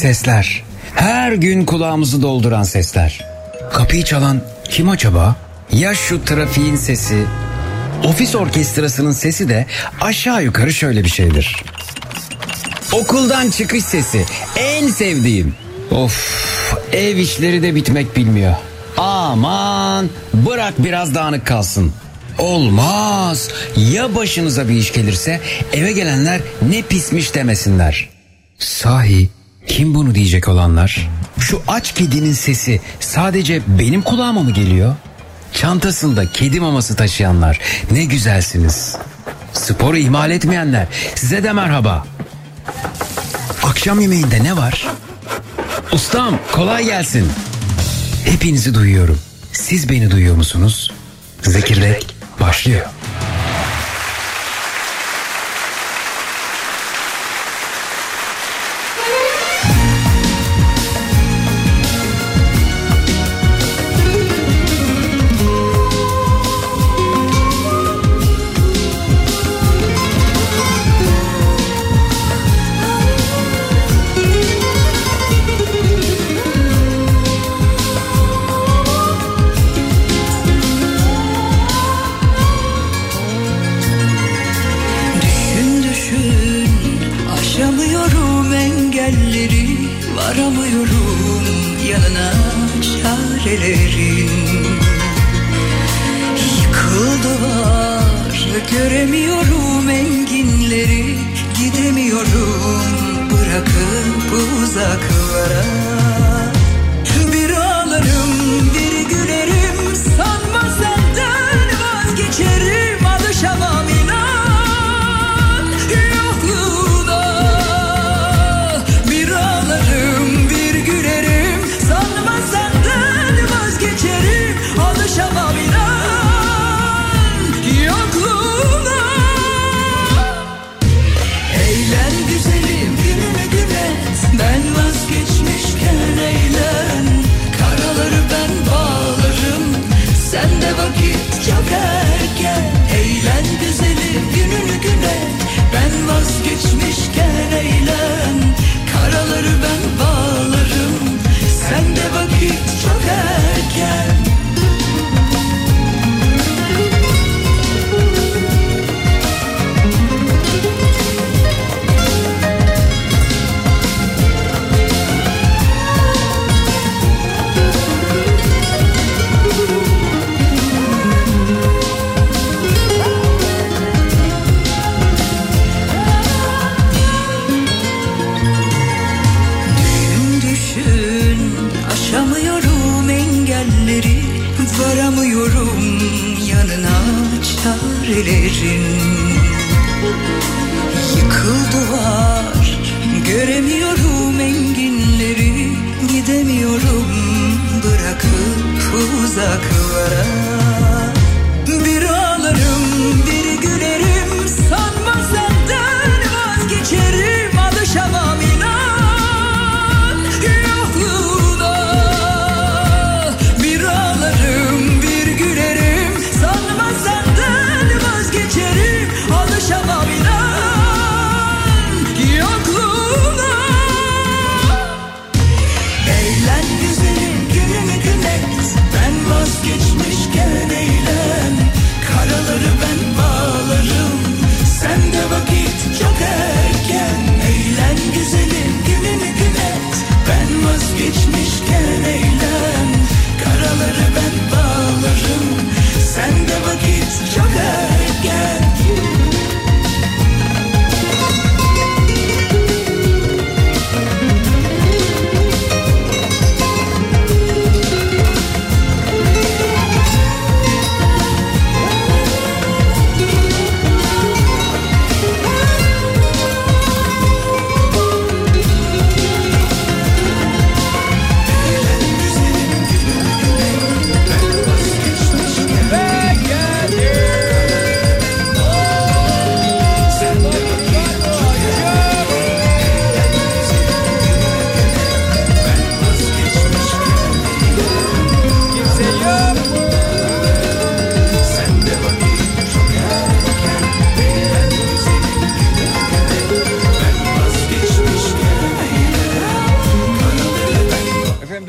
sesler. Her gün kulağımızı dolduran sesler. Kapıyı çalan kim acaba? Ya şu trafiğin sesi, ofis orkestrasının sesi de aşağı yukarı şöyle bir şeydir. Okuldan çıkış sesi, en sevdiğim. Of, ev işleri de bitmek bilmiyor. Aman, bırak biraz dağınık kalsın. Olmaz. Ya başınıza bir iş gelirse eve gelenler ne pismiş demesinler. Sahi kim bunu diyecek olanlar? Şu aç kedinin sesi sadece benim kulağıma mı geliyor? Çantasında kedi maması taşıyanlar ne güzelsiniz. Sporu ihmal etmeyenler size de merhaba. Akşam yemeğinde ne var? Ustam kolay gelsin. Hepinizi duyuyorum. Siz beni duyuyor musunuz? Zekirdek başlıyor.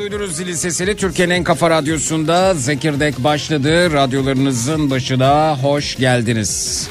duydunuz zilin sesini. Türkiye'nin en kafa radyosunda Zekirdek başladı. Radyolarınızın başına hoş geldiniz.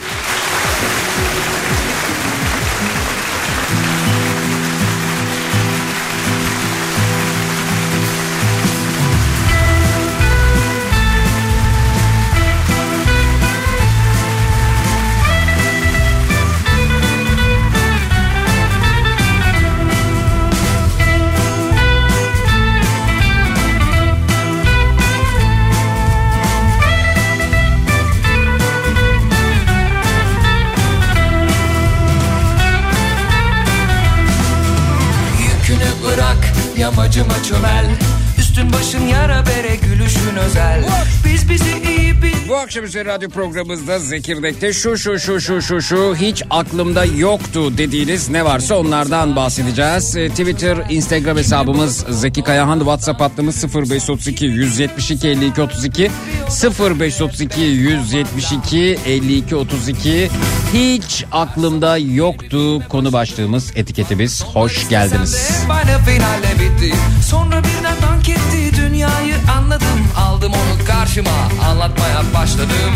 Yamacıma çömel, üstün başın yara bere, gülüşün özel. Biz bizi iyi bil. Bu akşam üzeri radyo programımızda Zekirdek'te şu hiç aklımda yoktu dediğiniz ne varsa onlardan bahsedeceğiz. Twitter, Instagram hesabımız Zeki Kayahan, WhatsApp hattımız 0532 172 52 32 0532 172 52 32. Hiç aklımda yoktu konu başlığımız, etiketimiz. Hoş geldiniz. Sonra birden dank etti, dünyayı anladım. Aldım onu karşıma, anlatmaya başladım.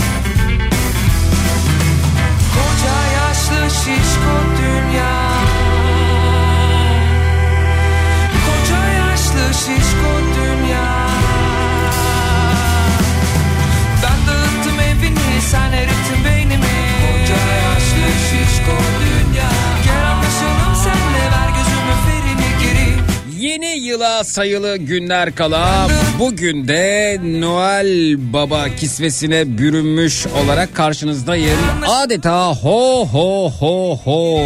Koca yaşlı şişko dünya, koca yaşlı şişko dünya. Ben dağıttım evini, sen erittin beynimi. Koca yaşlı şişko dünya. Gel anlaşalım senle, ver gözümü ferini geri. Yeni yıla sayılı günler kala bugün de Noel Baba kisvesine bürünmüş olarak karşınızdayım. Adeta ho ho ho ho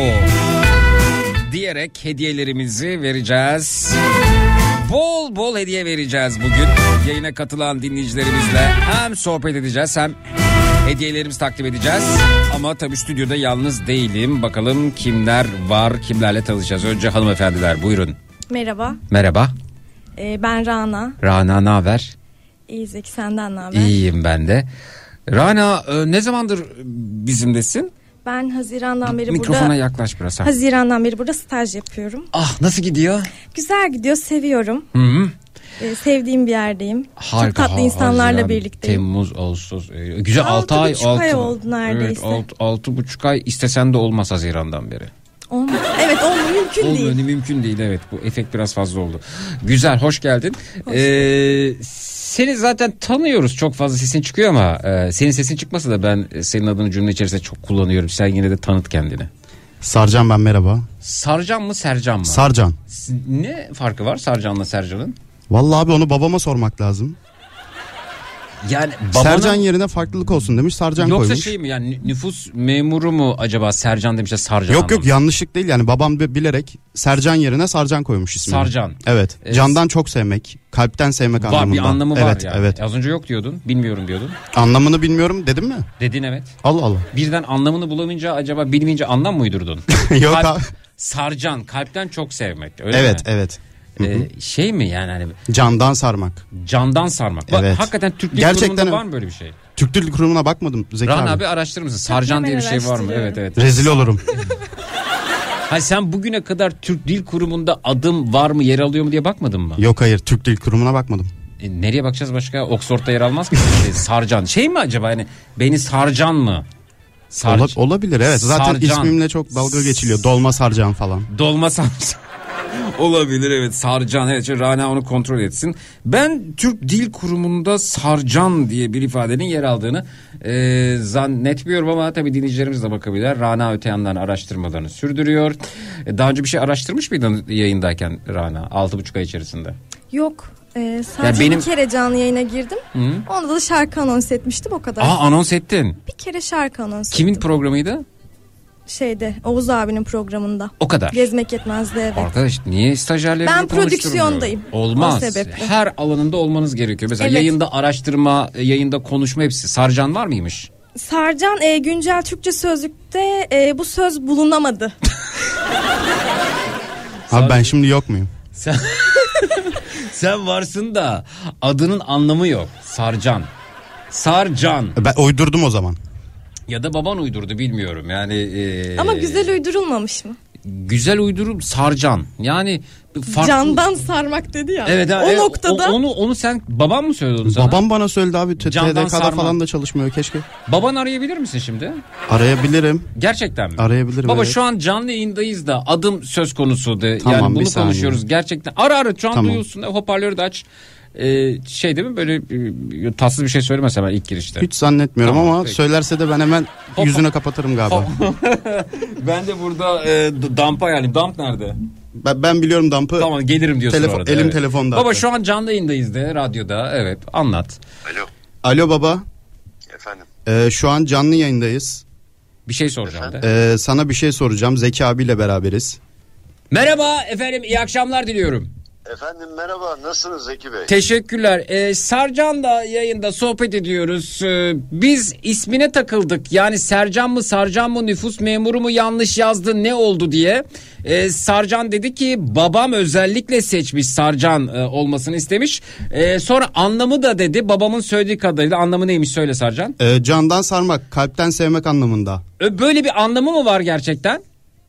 diyerek hediyelerimizi vereceğiz. Bol bol hediye vereceğiz bugün. Yayına katılan dinleyicilerimizle hem sohbet edeceğiz hem hediyelerimizi takdim edeceğiz. Ama tabii stüdyoda yalnız değilim. Bakalım kimler var, kimlerle tanışacağız. Önce hanımefendiler buyurun. Merhaba. Merhaba. Ben Rana. Rana ne haber? İyi Zeki, senden ne haber? İyiyim ben de. Rana ne zamandır bizimlesin? Ben Haziran'dan beri Mikrofona burada... yaklaş biraz. Ha. Haziran'dan beri burada staj yapıyorum. Ah, nasıl gidiyor? Güzel gidiyor, seviyorum. Hı-hı. Sevdiğim bir yerdeyim. Harika, çok tatlı insanlarla Haziran, birlikteyim. Temmuz, Ağustos. Güzel 6 ay. 6,5 ay oldu neredeyse. Evet, 6,5 ay istesen de olmaz Haziran'dan beri. Olmaz. Evet, mümkün değil. Olmuyor, mümkün değil, evet, bu efekt biraz fazla oldu. Güzel, hoş geldin. Seni zaten tanıyoruz, çok fazla sesin çıkıyor ama senin sesin çıkmasa da ben senin adını cümle içerisinde çok kullanıyorum. Sen yine de tanıt kendini. Sarcan ben, merhaba. Sarcan mı Sercan mı? Sarcan. Ne farkı var Sarcan'la Sercan'ın? Vallahi abi onu babama sormak lazım. Yani babanın... Sercan yerine farklılık olsun demiş, Sarcan Yoksa koymuş. şey mi yani, nüfus memuru mu acaba Sercan demişler, Sarcan? Yok yanlışlık değil yani, babam bilerek Sercan yerine Sarcan koymuş ismini. Sarcan. Evet. Candan çok sevmek, kalpten sevmek anlamında. Var, bir anlamı var evet, yani. Evet. Az önce yok diyordun, bilmiyorum diyordun. Anlamını bilmiyorum dedim mi? Dedin, evet. Allah Allah. Birden anlamını bulamayınca acaba bilmeyince anlam mı uydurdun? Yok abi. Sarcan, kalpten çok sevmek, öyle evet, mi? Evet. Şey mi yani hani candan sarmak. Candan sarmak. Evet. Bak, hakikaten Türk Dil Gerçekten Kurumu'nda var mı böyle bir şey? Türk Dil Kurumu'na bakmadım Zeki Rahn abi. abi araştırır mısın? Sarcan diye bir şey var mı? Evet. Rezil olurum. Hayır, sen bugüne kadar Türk Dil Kurumu'nda adım var mı, yer alıyor mu diye bakmadın mı? Yok, hayır, Türk Dil Kurumu'na bakmadım. Nereye bakacağız başka? Oxford'da yer almaz ki. Sarcan. Şey mi acaba, hani beni Sarcan mı? Olabilir, evet. Zaten Sarcan. ismimle çok dalga geçiliyor. Dolma Sarcan falan. Dolma Sarcan. Olabilir, evet, Sarcan. Evet, Rana onu kontrol etsin. Ben Türk Dil Kurumu'nda Sarcan diye bir ifadenin yer aldığını zannetmiyorum ama tabii dinleyicilerimiz de bakabilir. Rana öte yandan araştırmalarını sürdürüyor. Daha önce bir şey araştırmış mıydın yayındayken Rana? 6,5 ay içerisinde. Yok. Sadece benim... bir kere canlı yayına girdim. Hı? Onda da şarkı anons etmiştim, o kadar. Anons ettin. Bir kere şarkı anons ettim. Kimin programıydı? Oğuz abinin programında. O kadar. Gezmek Yetmez'de, evet. Arkadaş, niye stajyerlerle Ben prodüksiyondayım. Olmaz. Her alanında olmanız gerekiyor. Mesela yayında araştırma, yayında konuşma, hepsi. Sarcan var mıymış? Sarcan güncel Türkçe sözlükte bu söz bulunamadı. Abi ben şimdi yok muyum? Sen varsın da adının anlamı yok. Sarcan. Ben uydurdum o zaman. Ya da baban uydurdu, bilmiyorum yani. Ama güzel uydurulmamış mı? güzel uydurum Sarcan. Yani farklı... Candan sarmak dedi ya. Evet, o noktada. Onu sen baban mı söyledi onu sana? Babam bana söyledi abi. Candan TDK'da sarma. falan da çalışmıyor keşke. Baban arayabilir misin şimdi? Arayabilirim. Gerçekten mi? Arayabilirim, Baba evet. şu an canlı yayındayız da adım söz konusu de. Tamam, Yani bunu bir saniye. konuşuyoruz gerçekten. Ara şu an Tamam. duyuyorsun. Hoparlörü de aç. Şey değil mi böyle tatsız bir şey söylemez hemen ilk girişte. Hiç zannetmiyorum Tamam, ama peki. söylerse de ben hemen Hop. yüzüne kapatırım galiba. Ben de burada dampa yani. Damp nerede? Ben biliyorum Dump'ı. Tamam gelirim diyorsun Telefon- orada. elim telefonda. Baba şu an canlı yayındayız de radyoda. Evet anlat. Alo. Alo baba. Efendim. Şu an canlı yayındayız. Bir şey soracağım de. Sana bir şey soracağım. Zeki abiyle beraberiz. Merhaba efendim iyi akşamlar diliyorum. Efendim merhaba. Nasılsınız Zeki Bey? Teşekkürler. Sercan'la yayında sohbet ediyoruz. Biz ismine takıldık. Yani Sercan mı Sarcan mı nüfus memuru mu yanlış yazdı ne oldu diye. Sarcan dedi ki babam özellikle seçmiş Sarcan olmasını istemiş. Sonra anlamı da dedi babamın söylediği kadarıyla anlamı neymiş söyle Sarcan. Candan sarmak, kalpten sevmek anlamında. Böyle bir anlamı mı var gerçekten?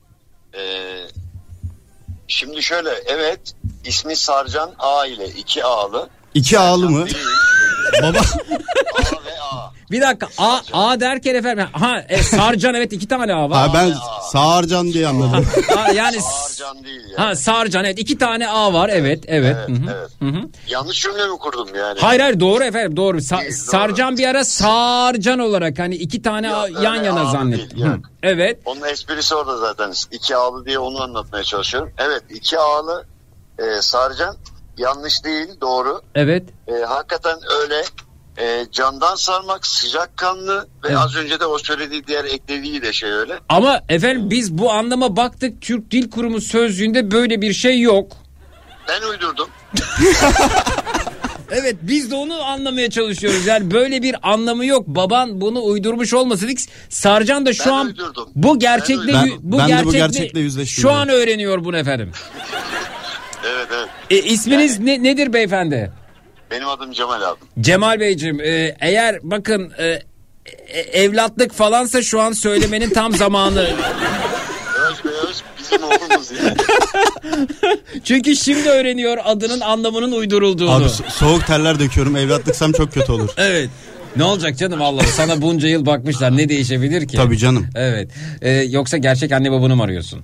Şimdi şöyle evet ismi Sarcan A ile 2 A'lı. 2 A'lı mı? Değil, Baba. A ve A. Bir dakika A derken efendim Sarcan evet 2 tane A var. Ha, ben Sarcan diye anladım. Yani Sarcan değil yani. ha Sarcan evet 2 tane A var evet. Evet, Hı-hı. evet. Hı-hı. Yanlış cümle mi kurdum yani? Hayır doğru efendim doğru. Değil, doğru. Sarcan bir ara Sarcan olarak hani 2 tane Yok, yan öyle yana A'lı zannettim. değil, yok. Hı. Evet. Onun esprisi orada zaten. 2 A'lı diye onu anlatmaya çalışıyorum. Evet 2 A'lı Sarcan yanlış değil doğru. Evet. Hakikaten öyle. Candan sarmak sıcakkanlı ve Evet. az önce de o söylediği diğer eklediği de şey öyle. Ama efendim biz bu anlama baktık Türk Dil Kurumu sözlüğünde böyle bir şey yok. Ben uydurdum. Evet biz de onu anlamaya çalışıyoruz. Yani böyle bir anlamı yok. Baban bunu uydurmuş olmasın. Sarcan da şu Ben an uydurdum. bu gerçekle Ben de bu gerçekle yüzleştim şu yani. an öğreniyor bunu efendim. Evet evet. İsminiz nedir beyefendi? Benim adım Cemal abi. Cemal Beyciğim eğer bakın evlatlık falansa şu an söylemenin tam zamanı. Öz bizim oğlumuz yani. Çünkü şimdi öğreniyor adının anlamının uydurulduğunu. Abi soğuk terler döküyorum. Evlatlıksam çok kötü olur. Evet. Ne olacak canım Allah sana bunca yıl bakmışlar ne değişebilir ki? Tabii canım. Evet. Yoksa gerçek anne babanı mı arıyorsun?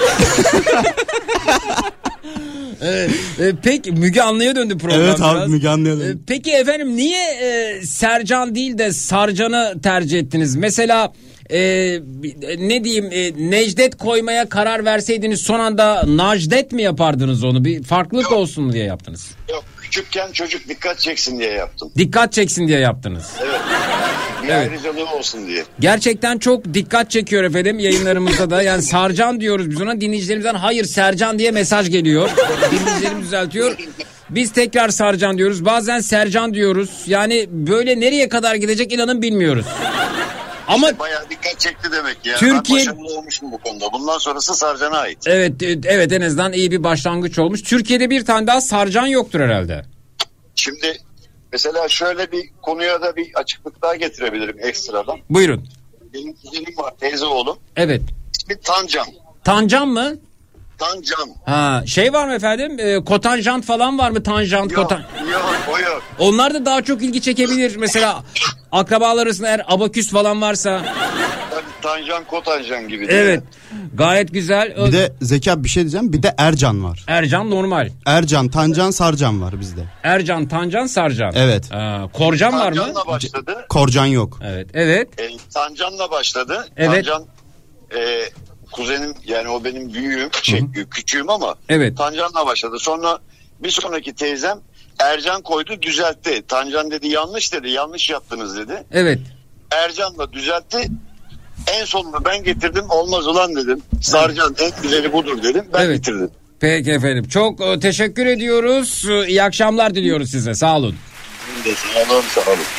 Evet. Peki Müge Anlı'ya döndü program. Evet abi biraz. Müge Anlı'ya. Peki efendim niye Sercan değil de Sarcan'ı tercih ettiniz? Mesela ne diyeyim Necdet koymaya karar verseydiniz son anda Najdet mi yapardınız onu? Bir farklılık olsun diye yaptınız. Yok küçükken çocuk dikkat çeksin diye yaptım. Dikkat çeksin diye yaptınız. Evet. Bir Evet. ayrıcalığı olsun diye. Gerçekten çok dikkat çekiyor efendim yayınlarımızda da. Yani Sarcan diyoruz biz ona, dinleyicilerimizden hayır Sercan diye mesaj geliyor. Dinleyicilerim düzeltiyor. Biz tekrar Sarcan diyoruz. Bazen Sercan diyoruz. Yani böyle nereye kadar gidecek inanın bilmiyoruz. Ama Bayağı dikkat çekti demek ya. Türkiye- Ben başarılı olmuşum bu konuda. Bundan sonrası Sarcan'a ait. evet en azından iyi bir başlangıç olmuş. Türkiye'de bir tane daha Sarcan yoktur herhalde. Şimdi mesela şöyle bir konuya da bir açıklık daha getirebilirim ekstradan. Buyurun. Benim kuzenim var teyze oğlum. Evet. İsmi Tancan. Tancan mı? Tancan. Ha, şey var mı efendim? Kotanjant falan var mı? Tanjant, Yok, kotan. yok o yok. Onlar da daha çok ilgi çekebilir. Mesela akrabalar arasında eğer abaküs falan varsa. Tabii Tanjan Kotanjan gibi. değil Evet. mi? Gayet güzel. Bir de Zeki abi bir şey diyeceğim. Bir de Ercan var. Ercan normal. Ercan, Tancan, Sarcan var bizde. Ercan, Tancan, Sarcan. Evet. Korcan var mı? Tancan'la başladı. Korcan yok. Evet. Evet. Tancan'la başladı. Evet. Tancan kuzenim yani o benim büyüğüm, küçüğüm ama Evet. Tancan'la başladı. Sonra bir sonraki teyzem Ercan koydu, düzeltti. Tancan dedi yanlış dedi, yanlış yaptınız dedi. Evet. Ercan'la düzeltti. En sonunda ben getirdim, olmaz ulan dedim. Sarcan en güzeli budur dedim. Ben Evet. bitirdim. Peki efendim. Çok teşekkür ediyoruz. İyi akşamlar diliyoruz size. Sağ olun. Sağ olun.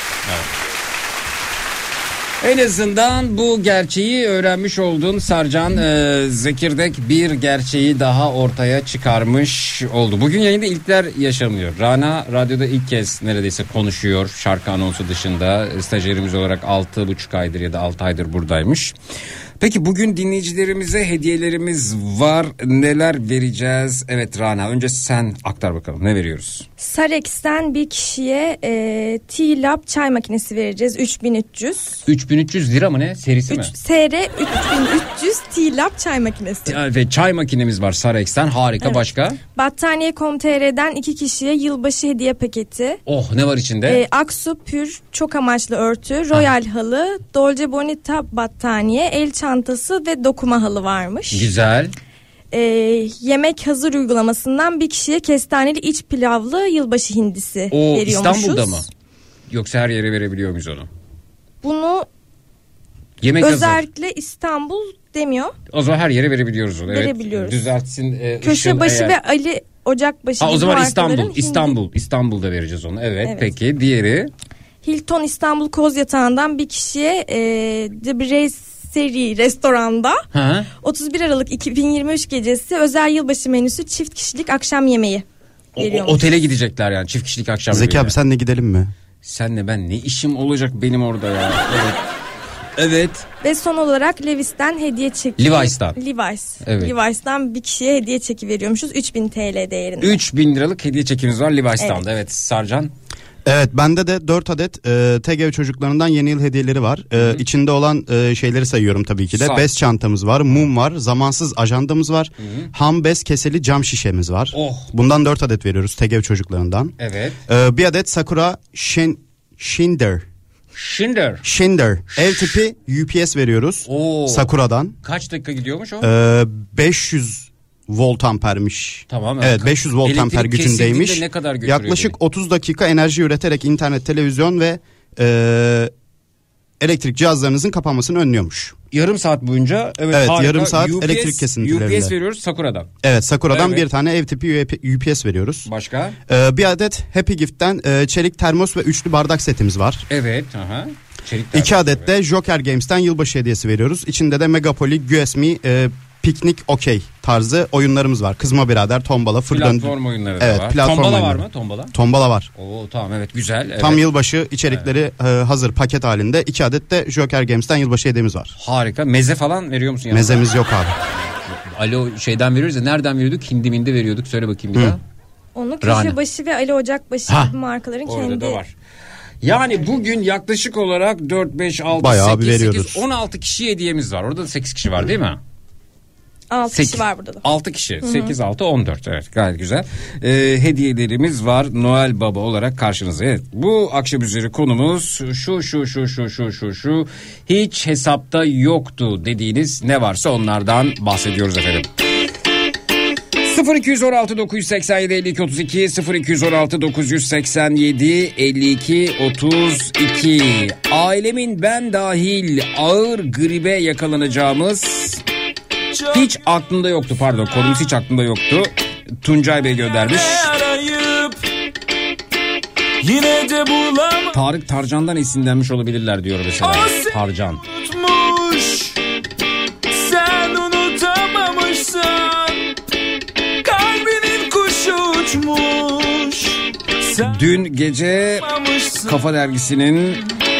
En azından bu gerçeği öğrenmiş oldun Sarcan. Zekirdek bir gerçeği daha ortaya çıkarmış oldu. Bugün yayında ilkler yaşanıyor. Rana radyoda ilk kez neredeyse konuşuyor şarkı anonsu dışında. Stajyerimiz olarak 6,5 aydır ya da 6 aydır buradaymış. Peki bugün dinleyicilerimize hediyelerimiz var. Neler vereceğiz? Evet Rana, önce sen aktar bakalım. Ne veriyoruz? Sarex'ten bir kişiye T-Lab çay makinesi vereceğiz. 3300. 3300 lira mı ne? Serisi mi? SR 3300 T-Lab çay makinesi. Ve çay makinemiz var Sarex'ten. Harika. Evet. Başka? Battaniye.com.tr'den 2 kişiye yılbaşı hediye paketi. Oh, ne var içinde? Aksu Pür çok amaçlı örtü, Royal halı, Dolce Bonita battaniye, el çantası ve dokuma halı varmış. Güzel. Yemek hazır uygulamasından bir kişiye kestaneli iç pilavlı yılbaşı hindisi O veriyormuşuz. İstanbul'da mı? Yoksa her yere verebiliyor muyuz onu? Bunu Yemek özellikle hazır. İstanbul demiyor. O zaman her yere verebiliyoruz onu. Verebiliyoruz. Evet, düzeltsin. Köşebaşı ve Ali Ocakbaşı gibi o zaman markaların İstanbul'da vereceğiz onu. Evet. Peki diğeri? Hilton İstanbul Koz Yatağı'ndan bir kişiye The Brasserie restoranda 31 Aralık 2023 gecesi özel yılbaşı menüsü çift kişilik akşam yemeği veriyormuş. Otele gidecekler yani, çift kişilik akşam yemeği. Zeki abi senle gidelim mi? Senle ben ne işim olacak benim orada ya. Evet. Ve son olarak Levi's'ten hediye çeki. Levi's'tan. Evet. Levi's'tan bir kişiye hediye çeki veriyormuşuz 3000 TL değerinde. 3000 liralık hediye çekimiz var Levi's'tan da. Evet Sarcan. Evet, bende de 4 adet TGV çocuklarından yeni yıl hediyeleri var. İçinde olan şeyleri sayıyorum tabii ki de. Bez çantamız var, mum var, zamansız ajandamız var. Ham bez keseli cam şişemiz var. Bundan 4 adet veriyoruz TGV çocuklarından. Evet. Bir adet Sakura Shinder ev tipi UPS veriyoruz. Sakura'dan. Kaç dakika gidiyormuş o? 500 volt ampermiş. Tamam. Evet, 500 volt amper gücündeymiş. Ne kadar götürüyor? Yaklaşık 30 dakika enerji üreterek internet, televizyon ve elektrik cihazlarınızın kapanmasını önlüyormuş. Yarım saat boyunca. Evet, yarım saat elektrik kesintilerinde. UPS veriyoruz Sakura'dan. Evet, Sakura'dan bir tane ev tipi UPS veriyoruz. Başka? Bir adet Happy Gift'ten çelik termos ve üçlü bardak setimiz var. Evet. 2 adet de Joker Games'ten yılbaşı hediyesi veriyoruz. İçinde de Megapoly, GUSME, piknik okey tarzı oyunlarımız var. Kızma Birader, Tombala, Fırdan. Platform oyunları da var. Tombala var mı? Tombala var. Tamam, evet, güzel. Evet. Tam yılbaşı içerikleri hazır paket halinde. 2 adet de Joker Games'ten yılbaşı hediyemiz var. Harika. Meze falan veriyor musun? Mezemiz yok abi. Alo şeyden veriyoruz ya, nereden veriyorduk? Hindi veriyorduk. Söyle bakayım bir daha. Onu Köşebaşı ve Ali Ocakbaşı gibi markaların orada kendi. Da var. Yani bugün yaklaşık olarak 4, 5, 6, bayağı 8, 16 kişi hediyemiz var. Orada da 8 kişi var değil mi? 6 kişi var burada da. 6 kişi. 8, 6, 14. Evet, gayet güzel. Hediyelerimiz var. Noel Baba olarak karşınızda. Evet. Bu akşam üzeri konumuz şu. Hiç hesapta yoktu dediğiniz ne varsa onlardan bahsediyoruz efendim. 0216 987 52 32 0216 987 52 32. Ailemin ben dahil ağır gribe yakalanacağımız hiç aklımda yoktu, konumuz hiç aklımda yoktu. Tuncay Bey göndermiş. Yine de bulamam. Tarık Tarcan'dan esinlenmiş olabilirler diyor mesela. Tarcan. Unutmuş, sen unutamamışsın. Kalbinin kuşu uçmuş. Dün gece Kafa Dergisi'nin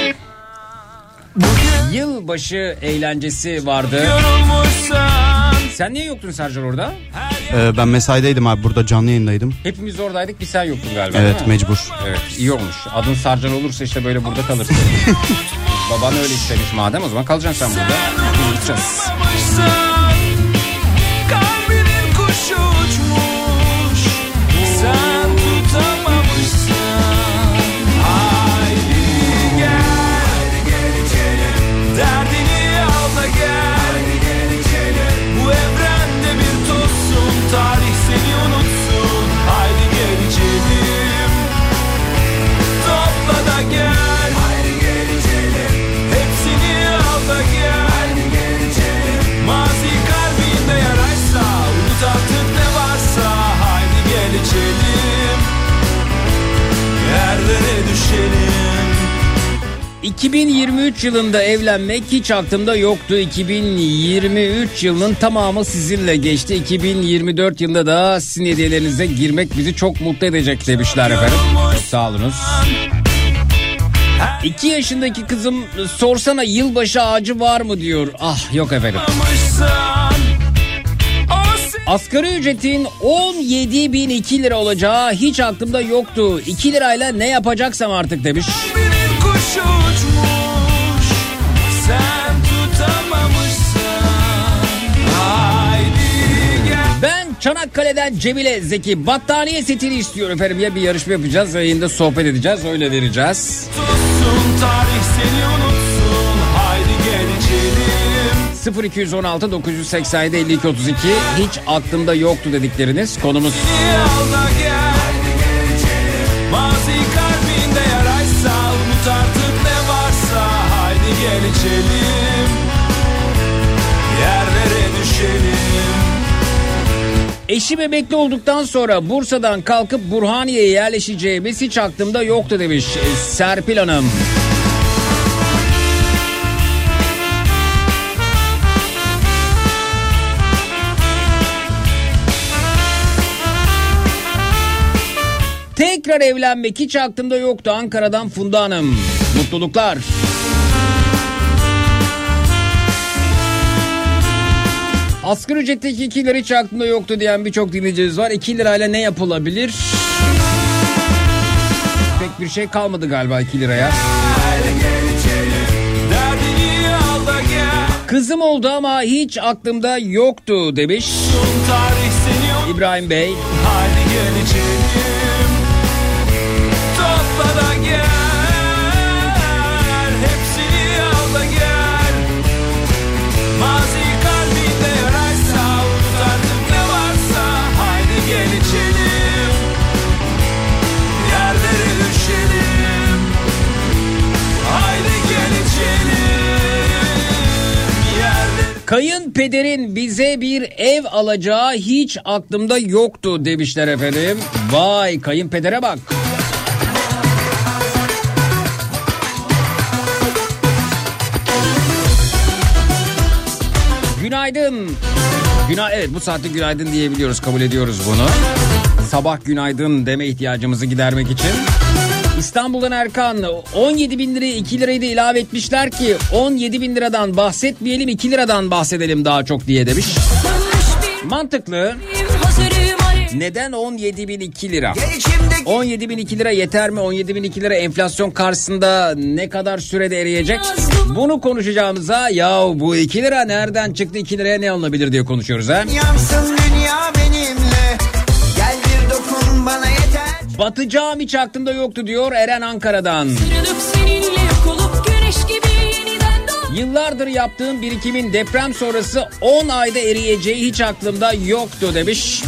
yılbaşı eğlencesi vardı. Sen niye yoktun Sercan orada? Ben mesaideydim abi, burada canlı yayındaydım. Hepimiz oradaydık, bir sen yoktun galiba. Evet, mecbur. Evet, iyi olmuş. Adın Sercan olursa işte böyle burada kalırsın. Baban öyle istemiş madem, o zaman kalacaksın sen burada. Gideceğiz. Kalbinin kuşu uçmuş, sen tutamamışsın. Haydi gel içelim, derdini al da gel. Bu evrende bir tozsun, tarih seni unutsun. Haydi gel içelim, topla da gel. Haydi gel içelim, hepsini al da gel. Mazi kalbinde yaraysa, unut artık ne varsa. Haydi gel içelim, yerlere düşelim. 2023 yılında evlenmek hiç aklımda yoktu. 2023 yılının tamamı sizinle geçti. 2024 yılında da sizin hediyelerinize girmek bizi çok mutlu edecek demişler efendim. Çok sağ olunuz. 2 yaşındaki kızım sorsana yılbaşı ağacı var mı diyor. Ah yok efendim. Asgari ücretin 17.002 lira olacağı hiç aklımda yoktu. 2 lirayla ne yapacaksam artık demiş. Kuş uçmuş, sen tutamamışsın. Haydi gel. Ben Çanakkale'den Cemile Zeki battaniye setini istiyorum efendim. Ya bir yarışma yapacağız, yayında sohbet edeceğiz, öyle vereceğiz. Tutsun tarih seni unutsun. Haydi gel içelim. 0216 987 52 32 hiç aklımda yoktu dedikleriniz konumuz. Al da gel. Mazi kalbinde yaraysa unut artık ne varsa. Haydi gel içelim. Yerlere düşelim. Eşim emekli olduktan sonra Bursa'dan kalkıp Burhaniye'ye yerleşeceğimiz hiç aklımda yoktu demiş Serpil Hanım. Tekrar evlenmek hiç aklımda yoktu Ankara'dan Funda Hanım. Mutluluklar. Asgari ücretteki 2 lira hiç aklımda yoktu diyen birçok dinleyicimiz var. 2 lirayla ne yapılabilir? Pek bir şey kalmadı galiba 2 liraya. Kızım oldu ama hiç aklımda yoktu demiş İbrahim Bey. Haydi gel içelim. Topla da gel. Hepsini al da gel. Mazi kalbinde yaraysa unut artık ne varsa. Haydi gel içelim. Yerlere düşelim. Haydi gel içelim. Yerlere... Kayınpederin bize bir ev alacağı hiç aklımda yoktu demişler efendim. Vay kayınpedere bak. Günaydın. Evet bu saatte günaydın diyebiliyoruz, kabul ediyoruz bunu. Sabah günaydın deme ihtiyacımızı gidermek için. İstanbul'dan Erkan 17 bin liraya 2 lirayı da ilave etmişler ki 17 bin liradan bahsetmeyelim 2 liradan bahsedelim daha çok diye demiş. Mantıklı. Neden 17 bin 2 lira? 17 bin 2 lira yeter mi? 17 bin 2 lira enflasyon karşısında ne kadar sürede eriyecek? Bunu konuşacağımıza ya bu 2 lira nereden çıktı, 2 liraya ne alınabilir diye konuşuyoruz ha. Yansın dünya benimle. Gel bir dokun bana yeter. Batacağım hiç aklımda yoktu diyor Eren Ankara'dan. Yıllardır yaptığım birikimin deprem sonrası 10 ayda eriyeceği hiç aklımda yoktu demiş.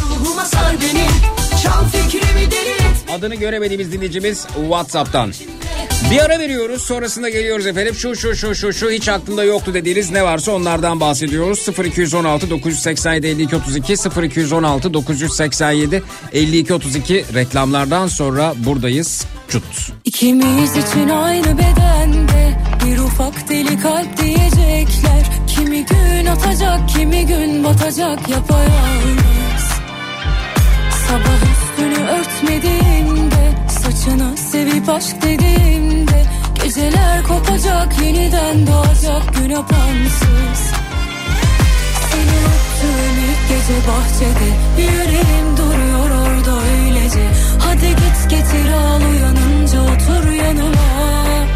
Adını göremediğimiz dinleyicimiz WhatsApp'tan. Bir ara veriyoruz, sonrasında geliyoruz efendim. Şu hiç aklımda yoktu dediğiniz ne varsa onlardan bahsediyoruz. 0216 987 52 32 0216 987 52 32 reklamlardan sonra buradayız. Çut. İkimiz için aynı bedende bir ufak deli kalp diyecekler. Kimi gün atacak, kimi gün batacak yapayalnız. Sabah üstünü örtmediğimde, saçını sevip aşk dediğimde, geceler kopacak, yeniden doğacak gün apansız. Seni öptüğüm ilk gece bahçede, yüreğim duruyor orada öylece. Hadi git getir al, uyanınca otur yanıma.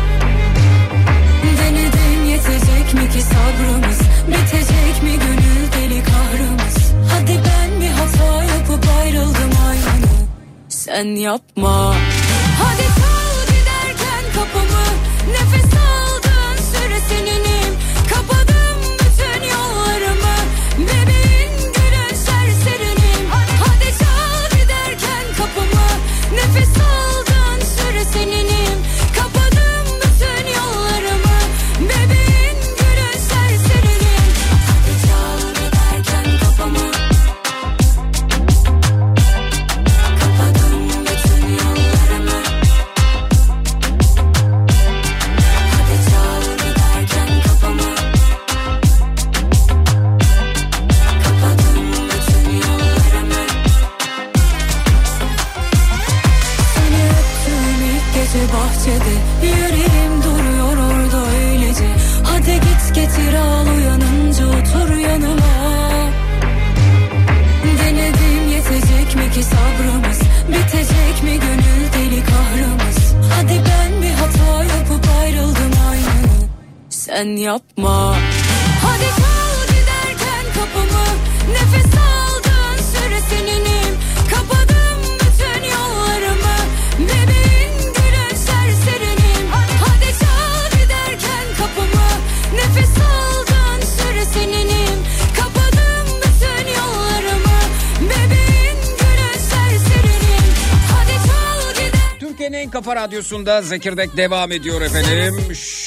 Denedim, yetecek mi ki sabrımız, bitecek mi gönül deli kahrımız. Hadi ben bir hata yapıp ayrıldım aynı, sen yapma. Hadi çal giderken kapımı, nefes aldığın süre seninim. Kapadım bütün yollarımı, bebeğin gülün serserinim. Hadi çal giderken kapımı, nefes aldığın süre seninim. Kapadım bütün yollarımı, bebeğin gülün serserinim. Hadi çal giderken kapımı, kapadım bütün yollarımı. gece bahçede, yüreğim duruyor orada öylece. Hadi git getir al, uyanınca otur yanıma. Denedim, yetecek mi ki sabrımız, bitecek mi gönül deli kahrımız. Hadi ben bir hata yapıp ayrıldım aynı, sen yapma. Hadi çal giderken kapımı, nefes aldığın süre seninim. Kapadım bütün yollarımı, bebeğin gülen serserinim. Hadi çal giderken kapımı, nefes aldığın süre seninim. Kapadım bütün yollarımı, bebeğin gülen serserinim. Hadi çal gider. Türkiye'nin en kafa radyosunda Zekirdek devam ediyor efendim.